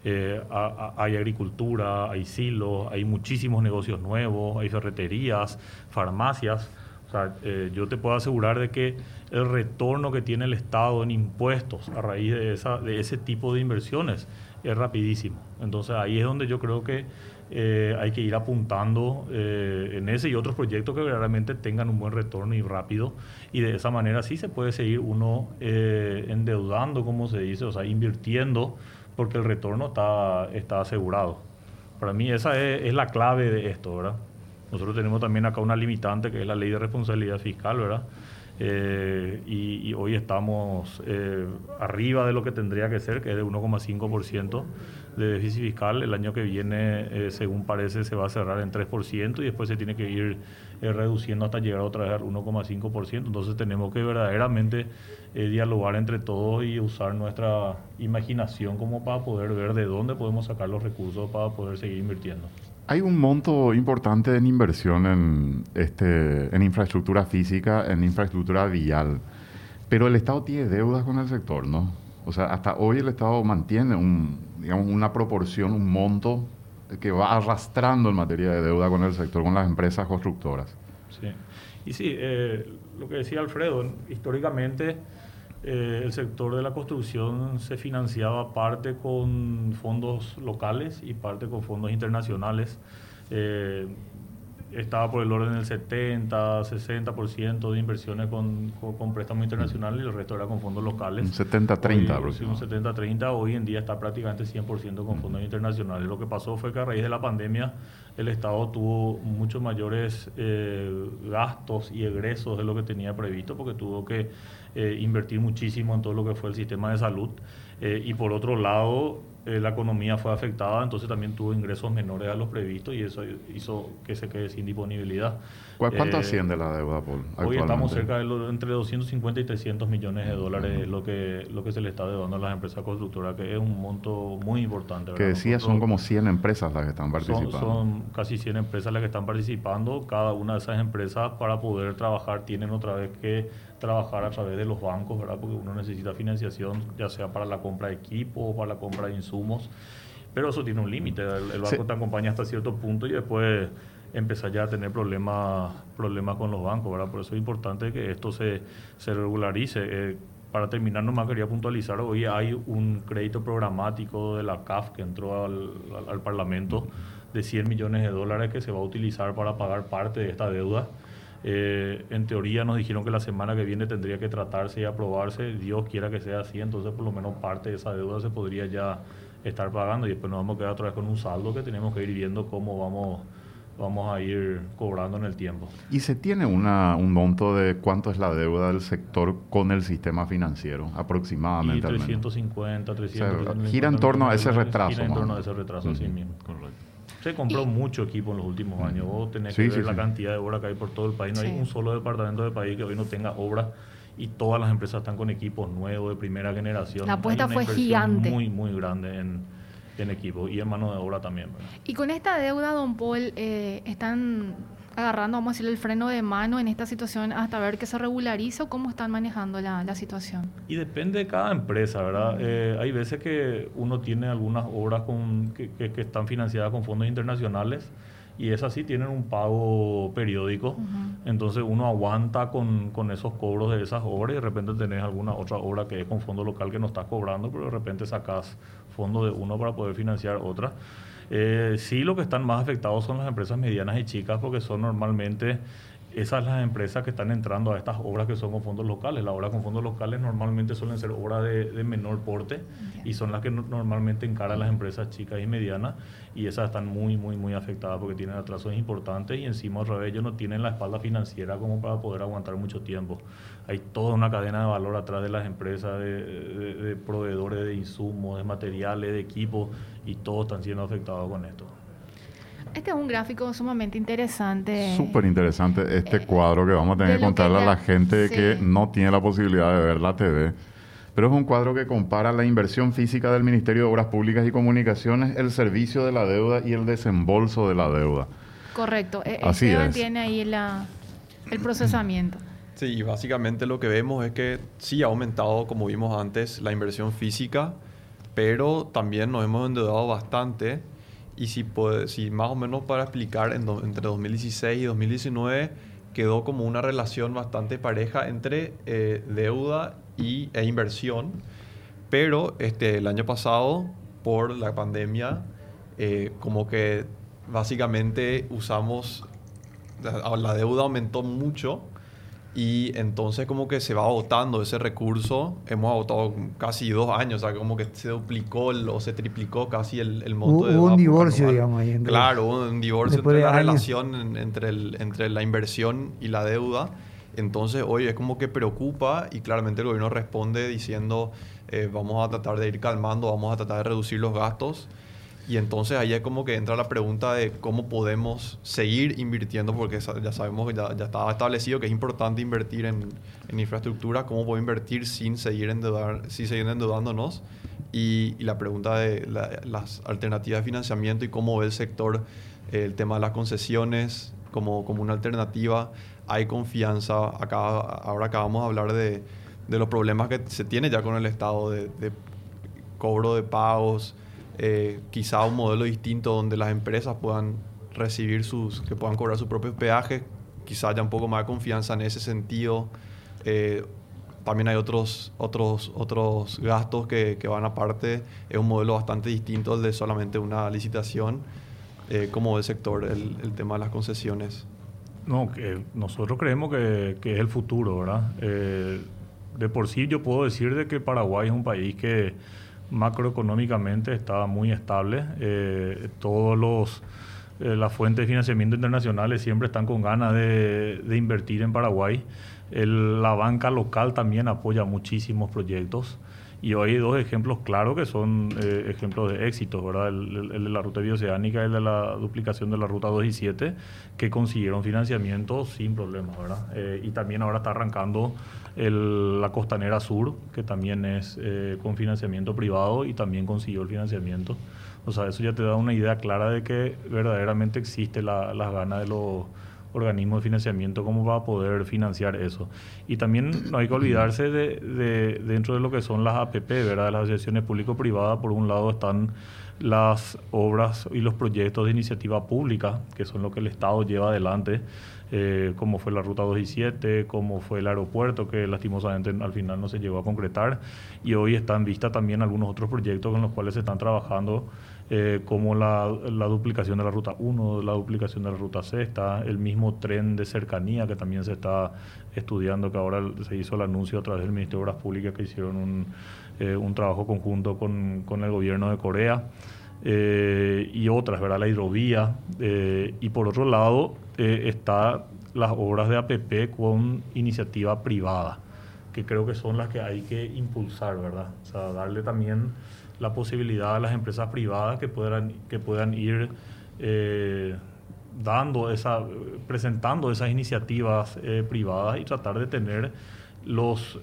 hay agricultura, hay silos, hay muchísimos negocios nuevos, hay ferreterías, farmacias. O sea, yo te puedo asegurar de que el retorno que tiene el Estado en impuestos a raíz de ese tipo de inversiones es rapidísimo. Entonces ahí es donde yo creo que hay que ir apuntando en ese y otros proyectos que realmente tengan un buen retorno y rápido, y de esa manera sí se puede seguir uno endeudando, como se dice, o sea, invirtiendo, porque el retorno está asegurado. Para mí esa es la clave de esto, ¿verdad? Nosotros tenemos también acá una limitante, que es la ley de responsabilidad fiscal, ¿verdad? Y hoy estamos arriba de lo que tendría que ser, que es de 1,5% de déficit fiscal. El año que viene, según parece, se va a cerrar en 3%, y después se tiene que ir reduciendo hasta llegar otra vez al 1,5%. Entonces tenemos que verdaderamente dialogar entre todos y usar nuestra imaginación como para poder ver de dónde podemos sacar los recursos para poder seguir invirtiendo. Hay un monto importante en inversión en infraestructura física, en infraestructura vial, pero el Estado tiene deudas con el sector, ¿no? O sea, hasta hoy el Estado mantiene una proporción, un monto que va arrastrando en materia de deuda con el sector, con las empresas constructoras. Sí. Y sí, lo que decía Alfredo, históricamente el sector de la construcción se financiaba parte con fondos locales y parte con fondos internacionales. Estaba por el orden del 70, 60% de inversiones con préstamos internacionales y el resto era con fondos locales. Un 70-30 aproximadamente. Un 70-30, hoy en día está prácticamente 100% con fondos internacionales. Lo que pasó fue que a raíz de la pandemia el Estado tuvo muchos mayores gastos y egresos de lo que tenía previsto, porque tuvo que invertir muchísimo en todo lo que fue el sistema de salud. Y por otro lado, la economía fue afectada, entonces también tuvo ingresos menores a los previstos y eso hizo que se quede sin disponibilidad. ¿Cuánto asciende la deuda, Paul? Hoy estamos cerca de entre 250 y 300 millones de dólares lo que se le está deudando a las empresas constructoras, que es un monto muy importante, ¿verdad? Que decía, son como 100 empresas las que están participando. Son casi 100 empresas las que están participando. Cada una de esas empresas, para poder trabajar, tienen otra vez que trabajar a través de los bancos, ¿verdad? Porque uno necesita financiación, ya sea para la compra de equipo o para la compra de insumos, pero eso tiene un límite. El banco te acompaña hasta cierto punto y después empezar ya a tener problemas con los bancos, ¿verdad? Por eso es importante que esto se regularice. Para terminar, nomás quería puntualizar, hoy hay un crédito programático de la CAF que entró al Parlamento de 100 millones de dólares que se va a utilizar para pagar parte de esta deuda. En teoría nos dijeron que la semana que viene tendría que tratarse y aprobarse. Dios quiera que sea así, entonces por lo menos parte de esa deuda se podría ya estar pagando y después nos vamos a quedar otra vez con un saldo que tenemos que ir viendo cómo vamos a ir cobrando en el tiempo. ¿Y se tiene un monto de cuánto es la deuda del sector con el sistema financiero aproximadamente? Y 350, 300. O sea, gira en torno a ese retraso. Gira en torno a ese retraso, así mismo. Correcto. Se compró mucho equipo en los últimos años. Vos tenés que ver la cantidad de obra que hay por todo el país. No hay un solo departamento del país que hoy no tenga obra y todas las empresas están con equipos nuevos de primera generación. La apuesta fue gigante. Muy, muy grande en equipo y en mano de obra también, ¿verdad? Y con esta deuda, don Paul, están agarrando, vamos a decirle, el freno de mano en esta situación hasta ver que se regulariza, o cómo están manejando la situación. Y depende de cada empresa, ¿verdad? Hay veces que uno tiene algunas obras que están financiadas con fondos internacionales y esas sí tienen un pago periódico. Entonces uno aguanta con esos cobros de esas obras y de repente tenés alguna otra obra que es con fondo local que no estás cobrando, pero de repente sacás fondos de uno para poder financiar otra. Sí, lo que están más afectados son las empresas medianas y chicas, porque son normalmente esas las empresas que están entrando a estas obras que son con fondos locales. Las obras con fondos locales normalmente suelen ser obras de menor porte y son las que normalmente encaran las empresas chicas y medianas, y esas están muy, muy, muy afectadas porque tienen atrasos importantes y encima otra vez ellos no tienen la espalda financiera como para poder aguantar mucho tiempo. Hay toda una cadena de valor atrás de las empresas, de proveedores de insumos, de materiales, de equipos, y todos están siendo afectados con esto. Este es un gráfico sumamente interesante. Súper interesante este cuadro que vamos a tener que contarle a la gente que no tiene la posibilidad de ver la TV. Pero es un cuadro que compara la inversión física del Ministerio de Obras Públicas y Comunicaciones, el servicio de la deuda y el desembolso de la deuda. Correcto. Así Esteban es. tiene ahí el procesamiento. Sí, y básicamente lo que vemos es que sí ha aumentado, como vimos antes, la inversión física, pero también nos hemos endeudado bastante. Y si más o menos para explicar, entre 2016 y 2019 quedó como una relación bastante pareja entre deuda e inversión. Pero el año pasado, por la pandemia, como que básicamente la deuda aumentó mucho. Y entonces como que se va agotando ese recurso. Hemos agotado casi 2 años, o sea, como que se duplicó o se triplicó casi el monto de deuda. Hubo un divorcio, digamos. Ahí claro, hubo un divorcio entre la años. relación entre la inversión y la deuda. Entonces hoy es como que preocupa y claramente el gobierno responde diciendo vamos a tratar de ir calmando, vamos a tratar de reducir los gastos. Y entonces ahí es como que entra la pregunta de cómo podemos seguir invirtiendo, porque ya sabemos que ya está establecido que es importante invertir en infraestructura, cómo podemos invertir sin seguir endeudándonos. Y la pregunta de las alternativas de financiamiento y cómo ve el sector el tema de las concesiones como una alternativa. Hay confianza. Ahora acabamos de hablar de los problemas que se tiene ya con el Estado de cobro de pagos, quizá un modelo distinto donde las empresas puedan que puedan cobrar sus propios peajes, quizá haya un poco más de confianza en ese sentido. También hay otros gastos que van aparte. Es un modelo bastante distinto al de solamente una licitación, como el sector, el tema de las concesiones. No, que nosotros creemos que es el futuro, ¿verdad? De por sí yo puedo decir de que Paraguay es un país que macroeconómicamente está muy estable. Las fuentes de financiamiento internacionales siempre están con ganas de invertir en Paraguay. La banca local también apoya muchísimos proyectos. Y hoy hay dos ejemplos claros que son ejemplos de éxito, ¿verdad? El de la ruta bioceánica y el de la duplicación de la ruta 2 y 7, que consiguieron financiamiento sin problemas, ¿verdad? Y también ahora está arrancando la Costanera Sur, que también es con financiamiento privado y también consiguió el financiamiento. O sea, eso ya te da una idea clara de que verdaderamente existe las ganas de los organismos de financiamiento como para poder financiar eso. Y también no hay que olvidarse de dentro de lo que son las APP, ¿verdad? Las asociaciones público-privadas. Por un lado están las obras y los proyectos de iniciativa pública, que son lo que el Estado lleva adelante, como fue la Ruta 2 y 7, como fue el aeropuerto, que lastimosamente al final no se llegó a concretar. Y hoy están en vista también algunos otros proyectos con los cuales se están trabajando, como la duplicación de la Ruta 1, la duplicación de la Ruta Sexta, el mismo tren de cercanía que también se está estudiando, que ahora se hizo el anuncio a través del Ministerio de Obras Públicas que hicieron un trabajo conjunto con el gobierno de Corea, y otras, ¿verdad? La hidrovía, y por otro lado están las obras de APP con iniciativa privada, que creo que son las que hay que impulsar, ¿verdad? O sea, darle también la posibilidad a las empresas privadas que puedan ir presentando esas iniciativas privadas y tratar de tener los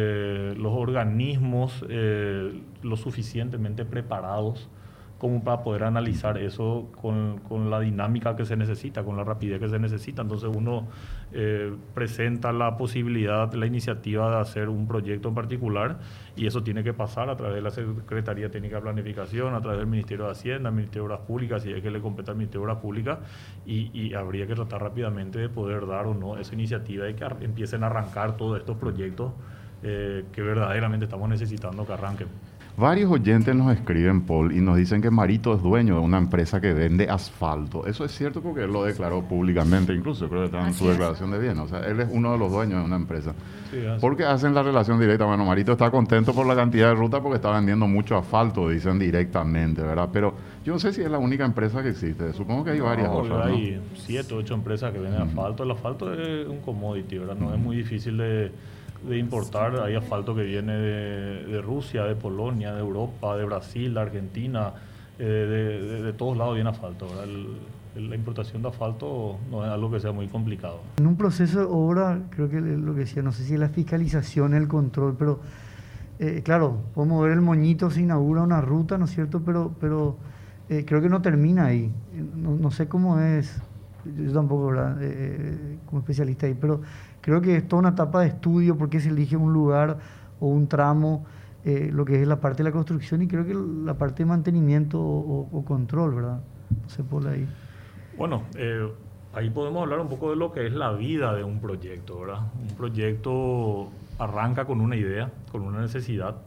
organismos lo suficientemente preparados como para poder analizar eso con la dinámica que se necesita, con la rapidez que se necesita. Entonces uno presenta la posibilidad, la iniciativa de hacer un proyecto en particular, y eso tiene que pasar a través de la Secretaría Técnica de Planificación, a través del Ministerio de Hacienda, el Ministerio de Obras Públicas, si es que le compete al Ministerio de Obras Públicas, y habría que tratar rápidamente de poder dar o no esa iniciativa y que empiecen a arrancar todos estos proyectos que verdaderamente estamos necesitando que arranquen. Varios oyentes nos escriben, Paul, y nos dicen que Marito es dueño de una empresa que vende asfalto. Eso es cierto porque él lo declaró públicamente, incluso creo que está en su declaración de bienes. O sea, él es uno de los dueños de una empresa. Sí, porque hacen la relación directa. Bueno, Marito está contento por la cantidad de ruta porque está vendiendo mucho asfalto, dicen directamente, ¿verdad? Pero yo no sé si es la única empresa que existe. Supongo que hay varias otras, ¿no? Hay 7 o 8 empresas que venden asfalto. El asfalto es un commodity, ¿verdad? No es muy difícil de importar. Hay asfalto que viene de Rusia, de Polonia, de Europa, de Brasil, de Argentina, de todos lados viene asfalto, ¿verdad? La importación de asfalto no es algo que sea muy complicado. En un proceso de obra, creo que lo que decía, no sé si es la fiscalización, el control, pero claro, podemos ver el moñito, se inaugura una ruta, ¿no es cierto? Pero creo que no termina ahí. No sé cómo es, yo tampoco, ¿verdad? Como especialista ahí, pero creo que es toda una etapa de estudio, porque se elige un lugar o un tramo, lo que es la parte de la construcción, y creo que la parte de mantenimiento o control, ¿verdad? No sé, por ahí. Bueno, ahí podemos hablar un poco de lo que es la vida de un proyecto, ¿verdad? Un proyecto arranca con una idea, con una necesidad,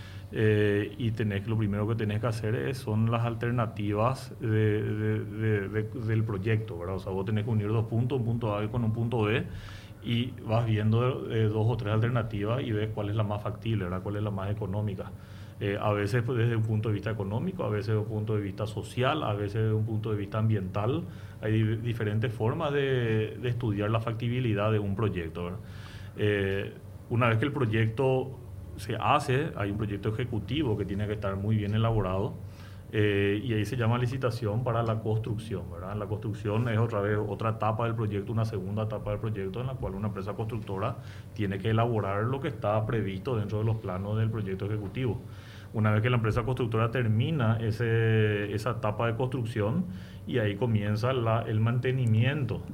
y lo primero que tenés que hacer son las alternativas del proyecto, ¿verdad? O sea, vos tenés que unir dos puntos, un punto A con un punto B, y vas viendo 2 o 3 alternativas y ves cuál es la más factible, ¿verdad? Cuál es la más económica. A veces pues, desde un punto de vista económico, a veces desde un punto de vista social, a veces desde un punto de vista ambiental. Hay diferentes formas de estudiar la factibilidad de un proyecto, ¿verdad? Una vez que el proyecto se hace, hay un proyecto ejecutivo que tiene que estar muy bien elaborado, y ahí se llama licitación para la construcción, ¿verdad? La construcción es otra etapa del proyecto, una segunda etapa del proyecto en la cual una empresa constructora tiene que elaborar lo que está previsto dentro de los planos del proyecto ejecutivo. Una vez que la empresa constructora termina esa etapa de construcción, y ahí comienza el mantenimiento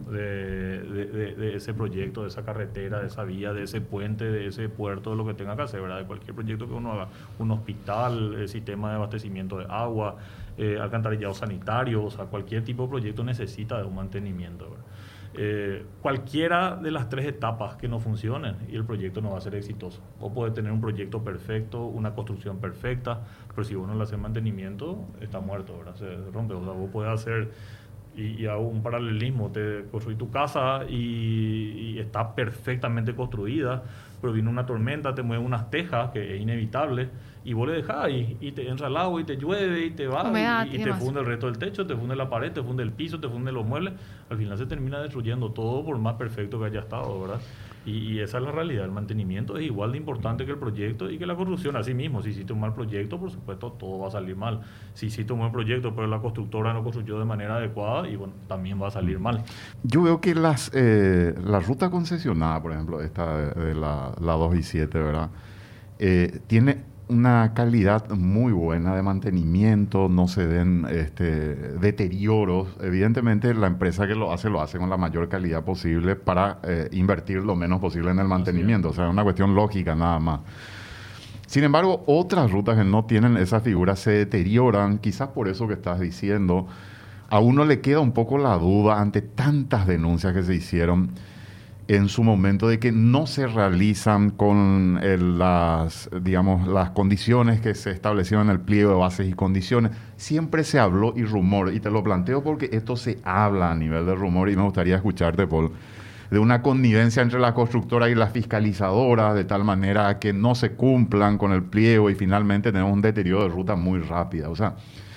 de ese proyecto, de esa carretera, de esa vía, de ese puente, de ese puerto, de lo que tenga que hacer, ¿verdad? De cualquier proyecto que uno haga, un hospital, sistema de abastecimiento de agua, alcantarillado sanitario, o sea, cualquier tipo de proyecto necesita de un mantenimiento, ¿verdad? Cualquiera de las 3 etapas que no funcionen y el proyecto no va a ser exitoso. Vos podés tener un proyecto perfecto, una construcción perfecta, pero si vos no le haces mantenimiento, está muerto, ¿verdad? Se rompe. O sea, vos podés hacer, y hago un paralelismo, te construís tu casa y está perfectamente construida, pero viene una tormenta, te mueve unas tejas, que es inevitable, y vos le dejás ahí, y te entra el agua, y te llueve, y te va, y te funde el resto del techo, te funde la pared, te funde el piso, te funde los muebles. Al final se termina destruyendo todo, por más perfecto que haya estado, ¿verdad? Y esa es la realidad. El mantenimiento es igual de importante que el proyecto y que la construcción. Así mismo, si hiciste un mal proyecto, por supuesto, todo va a salir mal. Si hiciste un buen proyecto, pero la constructora no construyó de manera adecuada, y bueno, también va a salir mal. Yo veo que la ruta concesionada, por ejemplo, esta de la 2 y 7, ¿verdad? Tiene una calidad muy buena de mantenimiento, no se den deterioros. Evidentemente, la empresa que lo hace con la mayor calidad posible para invertir lo menos posible en el mantenimiento. O sea, es una cuestión lógica nada más. Sin embargo, otras rutas que no tienen esa figura se deterioran, quizás por eso que estás diciendo. A uno le queda un poco la duda ante tantas denuncias que se hicieron en su momento de que no se realizan con las condiciones que se establecieron en el pliego de bases y condiciones. Siempre se habló y rumor, y te lo planteo porque esto se habla a nivel de rumor, y me gustaría escucharte, Paul, de una connivencia entre la constructora y la fiscalizadora, de tal manera que no se cumplan con el pliego y finalmente tenemos un deterioro de ruta muy rápida. O sea,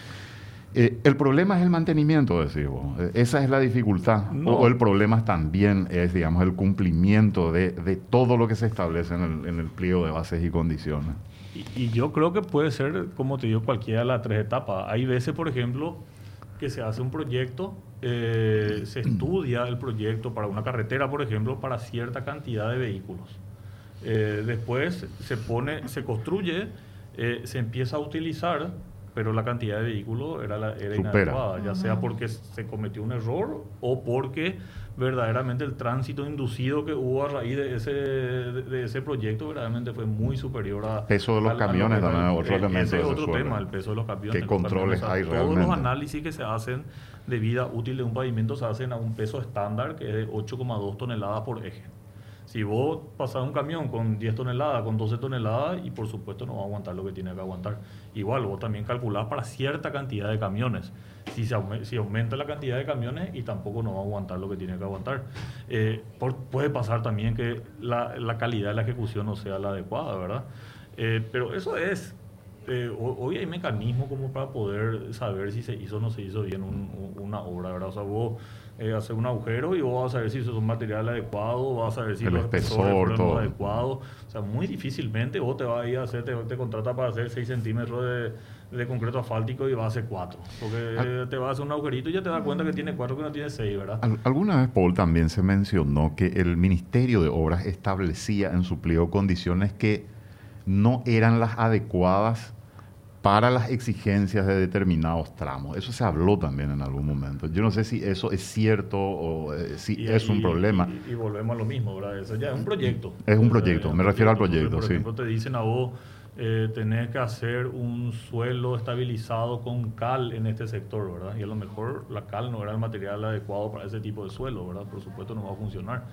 el problema es el mantenimiento, decís vos. Esa es la dificultad. No. O el problema también es, digamos, el cumplimiento de todo lo que se establece en el pliego de bases y condiciones. Y yo creo que puede ser, como te digo, cualquiera de las 3 etapas. Hay veces, por ejemplo, que se hace un proyecto, se estudia el proyecto para una carretera, por ejemplo, para cierta cantidad de vehículos. Después se construye, se empieza a utilizar, pero la cantidad de vehículos era inadecuada, ya sea porque se cometió un error o porque verdaderamente el tránsito inducido que hubo a raíz de ese proyecto verdaderamente fue muy superior a... Peso de los camiones también, otro elemento. Ese es otro tema, el peso de los camiones. ¿Qué controles hay realmente? Todos los análisis que se hacen de vida útil de un pavimento se hacen a un peso estándar que es de 8,2 toneladas por eje. Si vos pasás un camión con 10 toneladas, con 12 toneladas, y por supuesto no va a aguantar lo que tiene que aguantar. Igual, vos también calculás para cierta cantidad de camiones. Si aumenta la cantidad de camiones, y tampoco no va a aguantar lo que tiene que aguantar. Puede pasar también que la calidad de la ejecución no sea la adecuada, ¿verdad? Pero eso es... hoy hay mecanismos como para poder saber si se hizo o no se hizo bien una obra, ¿verdad? O sea, vos hacer un agujero y vos vas a saber si eso es un material adecuado, vas a ver si los espesores fueron adecuados. O sea, muy difícilmente vos te vas a ir a hacer, te contrata para hacer 6 centímetros de concreto asfáltico y vas a hacer 4. Porque te vas a hacer un agujerito y ya te das cuenta que tiene 4, que no tiene 6, ¿verdad? Alguna vez, Paul, también se mencionó que el Ministerio de Obras establecía en su pliego condiciones que no eran las adecuadas para las exigencias de determinados tramos. Eso se habló también en algún momento. Yo no sé si eso es cierto o si es un problema. Y volvemos a lo mismo, ¿verdad? Eso ya es un proyecto. Es un proyecto, me refiero al proyecto, por ejemplo, te dicen a vos, tenés que hacer un suelo estabilizado con cal en este sector, ¿verdad? Y a lo mejor la cal no era el material adecuado para ese tipo de suelo, ¿verdad? Por supuesto no va a funcionar.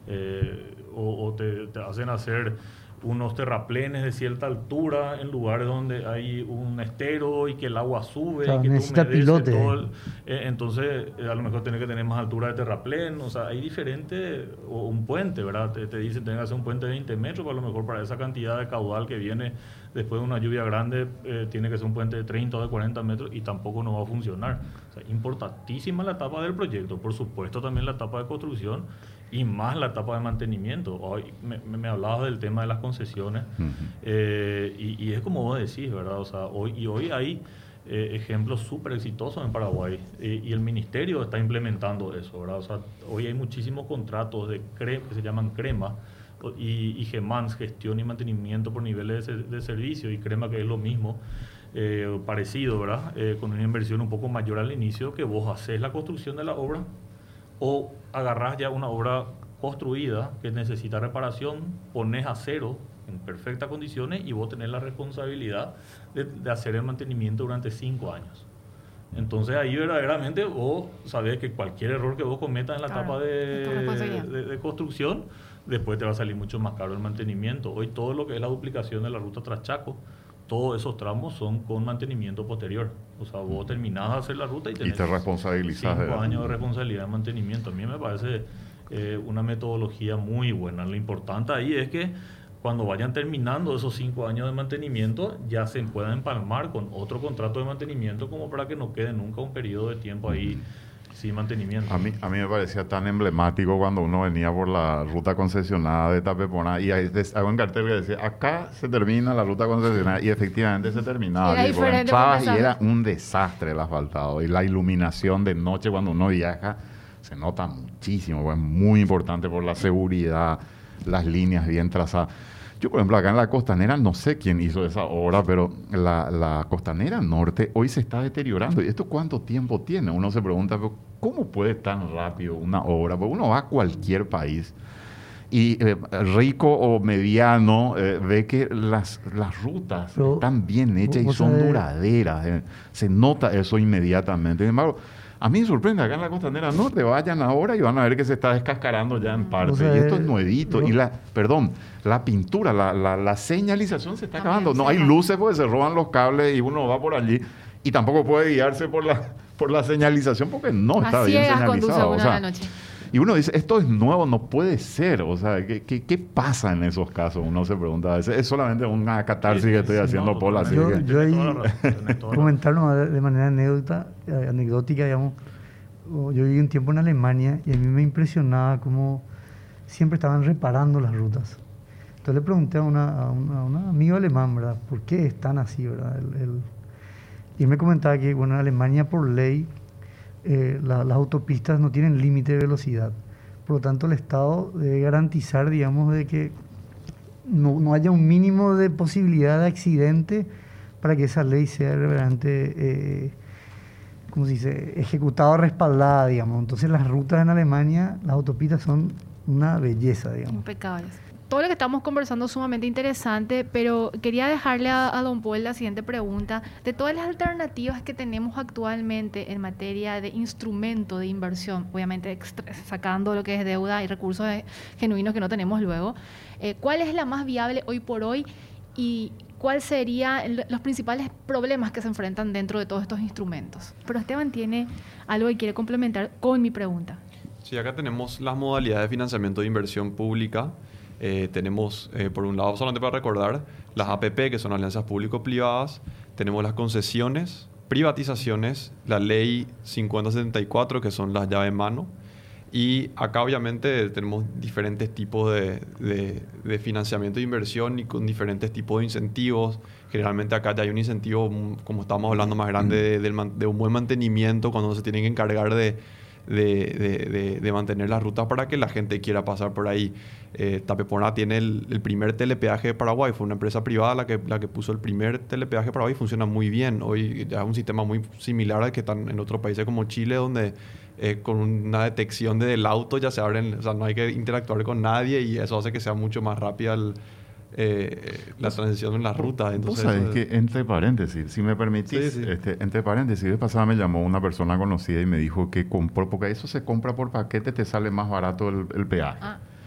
O te hacen hacer unos terraplenes de cierta altura en lugares donde hay un estero y que el agua sube, o sea, y que necesita pilote. Entonces a lo mejor tiene que tener más altura de terraplén. O sea, hay diferente, o un puente, ¿verdad? Te dicen tenés que hacer un puente de 20 metros, pero a lo mejor para esa cantidad de caudal que viene después de una lluvia grande, tiene que ser un puente de 30 o de 40 metros y tampoco no va a funcionar. O sea, importantísima la etapa del proyecto, por supuesto también la etapa de construcción y más la etapa de mantenimiento. Hoy me hablabas del tema de las concesiones, y es como vos decís, ¿verdad? O sea, hoy hay ejemplos súper exitosos en Paraguay, y el ministerio está implementando eso, ¿verdad? O sea, hoy hay muchísimos contratos que se llaman CREMA, y GEMANS, gestión y mantenimiento por niveles de servicio, y Crema, que es lo mismo, parecido, ¿verdad? Con una inversión un poco mayor al inicio, que vos haces la construcción de la obra o agarrás ya una obra construida que necesita reparación, pones a cero en perfectas condiciones y vos tenés la responsabilidad de hacer el mantenimiento durante 5 años. Entonces ahí verdaderamente vos sabés que cualquier error que vos cometas en la etapa de construcción, después te va a salir mucho más caro el mantenimiento. Hoy todo lo que es la duplicación de la ruta Traschaco, todos esos tramos son con mantenimiento posterior. O sea, vos terminás de hacer la ruta y tenés te responsabilizás 5 años de responsabilidad de mantenimiento. A mí me parece una metodología muy buena. Lo importante ahí es que cuando vayan terminando esos 5 años de mantenimiento, ya se puedan empalmar con otro contrato de mantenimiento, como para que no quede nunca un periodo de tiempo ahí sin mantenimiento. A mí me parecía tan emblemático cuando uno venía por la ruta concesionada de Tapeponá y había un cartel que decía, acá se termina la ruta concesionada, y efectivamente se terminaba. Era diferente, entrabas y era un desastre el asfaltado, y la iluminación de noche cuando uno viaja se nota muchísimo, pues es muy importante por la seguridad, las líneas bien trazadas. Yo, por ejemplo, acá en la Costanera, no sé quién hizo esa obra, pero la Costanera Norte hoy se está deteriorando. ¿Y esto cuánto tiempo tiene? Uno se pregunta, pero ¿cómo puede tan rápido una obra? Porque uno va a cualquier país y rico o mediano ve que las rutas están bien hechas y son duraderas. Se nota eso inmediatamente. Sin embargo, a mí me sorprende, acá en la Costanera Norte, vayan ahora y van a ver que se está descascarando ya en parte. Y esto es nuevito. Y la pintura, la señalización se está acabando. No hay luces porque se roban los cables y uno va por allí y tampoco puede guiarse por la señalización porque no está bien señalizado. O sea, y uno dice, esto es nuevo, no puede ser. O sea, ¿qué pasa en esos casos? Uno se pregunta a veces. Es solamente una catarsis que estoy haciendo, Paul. Así yo ahí comentarlo de manera anecdótica, digamos. Yo viví un tiempo en Alemania y a mí me impresionaba cómo siempre estaban reparando las rutas. Entonces le pregunté a un amigo alemán, ¿verdad? ¿Por qué están así, verdad? Y él me comentaba que, bueno, en Alemania por ley las autopistas no tienen límite de velocidad. Por lo tanto, el Estado debe garantizar, digamos, de que no haya un mínimo de posibilidad de accidente para que esa ley sea realmente, ¿cómo se dice?, ejecutada o respaldada, digamos. Entonces, las rutas en Alemania, las autopistas son una belleza, digamos. Impecables. Todo lo que estamos conversando es sumamente interesante, pero quería dejarle a don Paul la siguiente pregunta. De todas las alternativas que tenemos actualmente en materia de instrumento de inversión, obviamente sacando lo que es deuda y recursos genuinos que no tenemos luego, ¿cuál es la más viable hoy por hoy y cuáles serían los principales problemas que se enfrentan dentro de todos estos instrumentos? Pero Esteban tiene algo que quiere complementar con mi pregunta. Sí, acá tenemos las modalidades de financiamiento de inversión pública. Tenemos, por un lado, solamente para recordar, las APP, que son alianzas público-privadas. Tenemos las concesiones, privatizaciones, la ley 5074, que son las llaves en mano. Y acá, obviamente, tenemos diferentes tipos de financiamiento de inversión y con diferentes tipos de incentivos. Generalmente acá ya hay un incentivo, como estábamos hablando, más grande de un buen mantenimiento cuando se tienen que encargar de mantener las rutas para que la gente quiera pasar por ahí. Tapeponá tiene el primer telepeaje de Paraguay. Fue una empresa privada la que puso el primer telepeaje de Paraguay y funciona muy bien. Hoy ya es un sistema muy similar al que están en otros países como Chile, donde con una detección del auto ya se abren, o sea, no hay que interactuar con nadie y eso hace que sea mucho más rápida la transición en las rutas. Entonces, vos sabés que, entre paréntesis, si me permitís, sí. Entre paréntesis, de pasada me llamó una persona conocida y me dijo que compró, porque eso se compra por paquete, te sale más barato el peaje.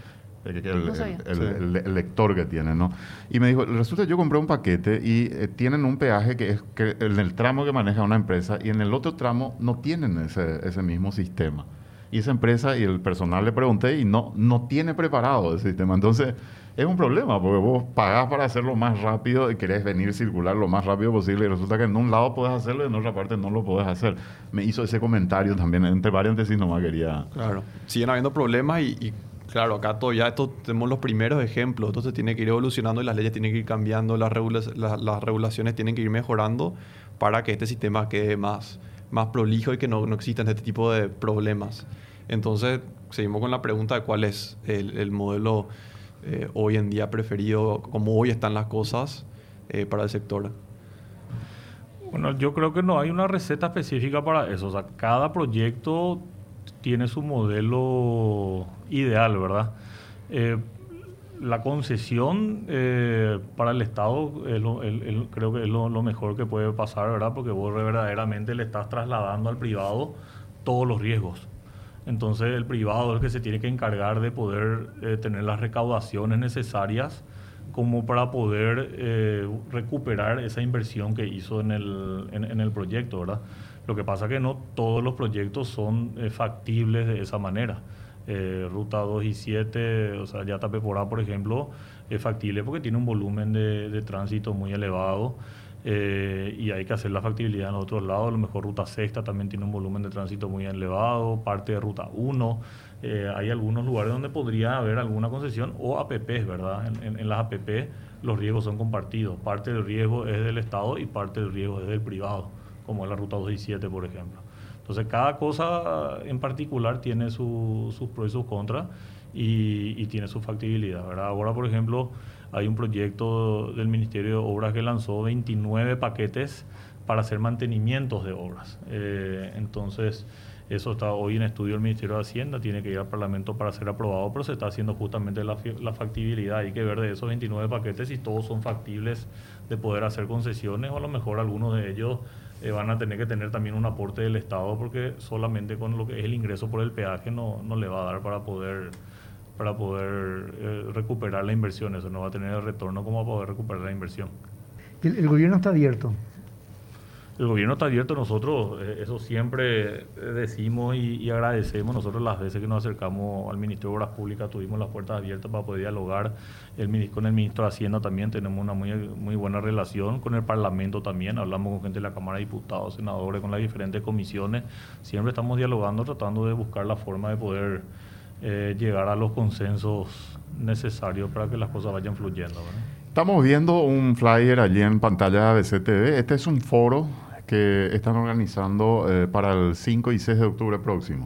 El lector que tiene, ¿no? Y me dijo, resulta que yo compré un paquete y tienen un peaje que es que en el tramo que maneja una empresa y en el otro tramo no tienen ese mismo sistema. Y esa empresa y el personal le pregunté y no tiene preparado el sistema. Entonces, es un problema porque vos pagás para hacerlo más rápido y querés venir circular lo más rápido posible y resulta que en un lado podés hacerlo y en otra parte no lo podés hacer. Me hizo ese comentario también, entre paréntesis nomás quería... Claro, siguen habiendo problemas y claro, acá todavía tenemos los primeros ejemplos. Esto se tiene que ir evolucionando y las leyes tienen que ir cambiando, las regulaciones tienen que ir mejorando para que este sistema quede más prolijo y que no existan este tipo de problemas. Entonces, seguimos con la pregunta de cuál es el modelo hoy en día preferido, como hoy están las cosas, para el sector? Bueno, yo creo que no hay una receta específica para eso. O sea, cada proyecto tiene su modelo ideal, ¿verdad? La concesión para el Estado creo que es lo mejor que puede pasar, ¿verdad? Porque vos verdaderamente le estás trasladando al privado todos los riesgos. Entonces el privado es el que se tiene que encargar de poder tener las recaudaciones necesarias como para poder recuperar esa inversión que hizo en el proyecto, ¿verdad? Lo que pasa es que no todos los proyectos son factibles de esa manera. Ruta 2 y 7, o sea, Yatapeporá, por ejemplo, es factible porque tiene un volumen de tránsito muy elevado y hay que hacer la factibilidad en los otros lados. A lo mejor Ruta Sexta también tiene un volumen de tránsito muy elevado, parte de Ruta 1. Hay algunos lugares donde podría haber alguna concesión o APPs, ¿verdad? En las APP los riesgos son compartidos. Parte del riesgo es del Estado y parte del riesgo es del privado, como es la Ruta 2 y 7, por ejemplo. Entonces, cada cosa en particular tiene sus pros y sus contras y tiene su factibilidad, ¿verdad? Ahora, por ejemplo, hay un proyecto del Ministerio de Obras que lanzó 29 paquetes para hacer mantenimientos de obras. Entonces, eso está hoy en estudio del Ministerio de Hacienda, tiene que ir al Parlamento para ser aprobado, pero se está haciendo justamente la factibilidad. Hay que ver de esos 29 paquetes si todos son factibles de poder hacer concesiones o a lo mejor algunos de ellos van a tener que tener también un aporte del Estado porque solamente con lo que es el ingreso por el peaje no le va a dar para poder recuperar la inversión. Eso no va a tener el retorno como para poder recuperar la inversión. El gobierno está abierto. El gobierno está abierto, nosotros eso siempre decimos y agradecemos. Nosotros las veces que nos acercamos al Ministerio de Obras Públicas tuvimos las puertas abiertas para poder dialogar. Con el Ministro de Hacienda también tenemos una muy buena relación, con el Parlamento también, hablamos con gente de la Cámara de Diputados, senadores, con las diferentes comisiones. Siempre estamos dialogando, tratando de buscar la forma de poder llegar a los consensos necesarios para que las cosas vayan fluyendo, ¿verdad? Estamos viendo un flyer allí en pantalla de ABC TV. Este es un foro que están organizando para el 5 y 6 de octubre próximo.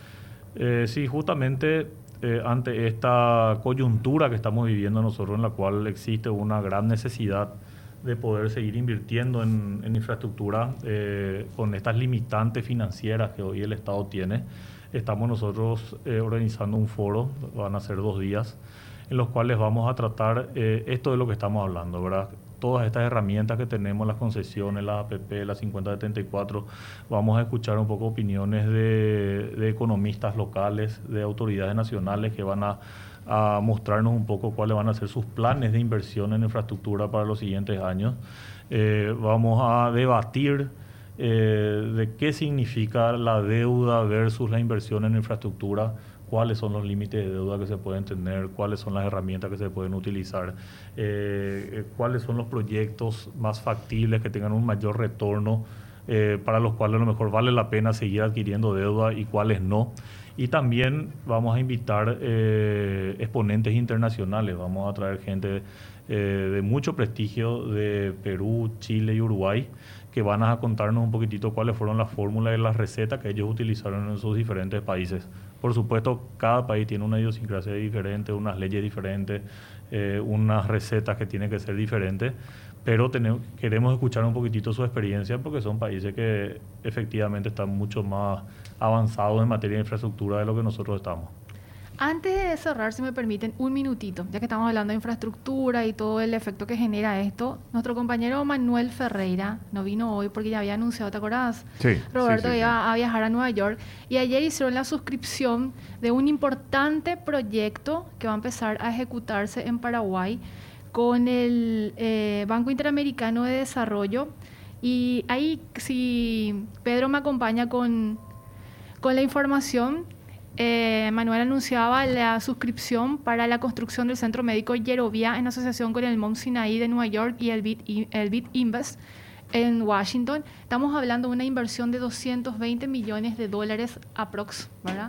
Sí, justamente ante esta coyuntura que estamos viviendo nosotros, en la cual existe una gran necesidad de poder seguir invirtiendo en infraestructura con estas limitantes financieras que hoy el Estado tiene, estamos nosotros organizando un foro, van a ser 2 días, en los cuales vamos a tratar esto de lo que estamos hablando, ¿verdad? Todas estas herramientas que tenemos, las concesiones, las APP, las 5074, vamos a escuchar un poco opiniones de economistas locales, de autoridades nacionales que van a mostrarnos un poco cuáles van a ser sus planes de inversión en infraestructura para los siguientes años. Vamos a debatir de qué significa la deuda versus la inversión en infraestructura, cuáles son los límites de deuda que se pueden tener, cuáles son las herramientas que se pueden utilizar, cuáles son los proyectos más factibles que tengan un mayor retorno, para los cuales a lo mejor vale la pena seguir adquiriendo deuda y cuáles no. Y también vamos a invitar exponentes internacionales, vamos a traer gente de mucho prestigio de Perú, Chile y Uruguay, que van a contarnos un poquitito cuáles fueron las fórmulas y las recetas que ellos utilizaron en sus diferentes países. Por supuesto, cada país tiene una idiosincrasia diferente, unas leyes diferentes, unas recetas que tienen que ser diferentes, pero queremos escuchar un poquitito su experiencia porque son países que efectivamente están mucho más avanzados en materia de infraestructura de lo que nosotros estamos. Antes de cerrar, si me permiten, un minutito, ya que estamos hablando de infraestructura y todo el efecto que genera esto, nuestro compañero Manuel Ferreira no vino hoy porque ya había anunciado, ¿te acordás? Sí. Roberto sí. iba a viajar a Nueva York y ayer hicieron la suscripción de un importante proyecto que va a empezar a ejecutarse en Paraguay con el Banco Interamericano de Desarrollo. Y ahí, si Pedro me acompaña con la información, Manuel anunciaba la suscripción para la construcción del Centro Médico Yerovia en asociación con el Mount Sinai de Nueva York y el BID Invest en Washington. Estamos hablando de una inversión de $220 millones aprox, ¿verdad?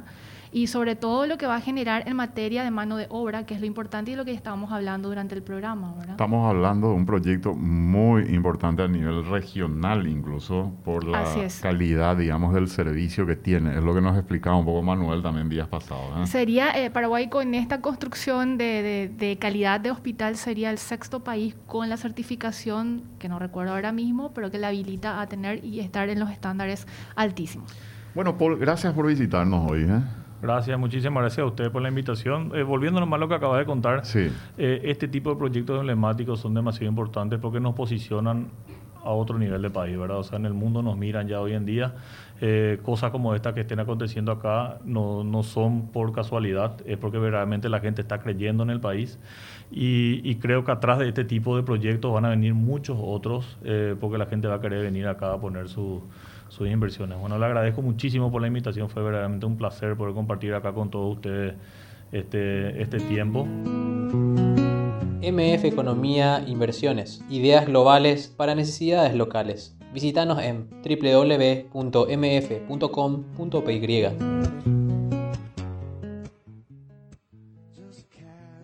y sobre todo lo que va a generar en materia de mano de obra, que es lo importante y lo que estábamos hablando durante el programa, ¿verdad? Estamos hablando de un proyecto muy importante a nivel regional, incluso por la calidad, digamos, del servicio que tiene. Es lo que nos explicaba un poco Manuel también días pasados, ¿eh? Sería, Paraguay con esta construcción de calidad de hospital sería el 6º país con la certificación, que no recuerdo ahora mismo, pero que le habilita a tener y estar en los estándares altísimos. Bueno, Paul, gracias por visitarnos hoy, ¿eh? Gracias, muchísimas gracias a ustedes por la invitación. Volviendo nomás a lo que acabas de contar, sí. Este tipo de proyectos emblemáticos son demasiado importantes porque nos posicionan a otro nivel de país, ¿verdad? O sea, en el mundo nos miran ya hoy en día. Cosas como estas que estén aconteciendo acá no son por casualidad, es porque verdaderamente la gente está creyendo en el país y creo que atrás de este tipo de proyectos van a venir muchos otros porque la gente va a querer venir acá a poner sus inversiones. Bueno, le agradezco muchísimo por la invitación, fue verdaderamente un placer poder compartir acá con todos ustedes este tiempo. MF Economía Inversiones, ideas globales para necesidades locales. Visítanos en www.mf.com.py.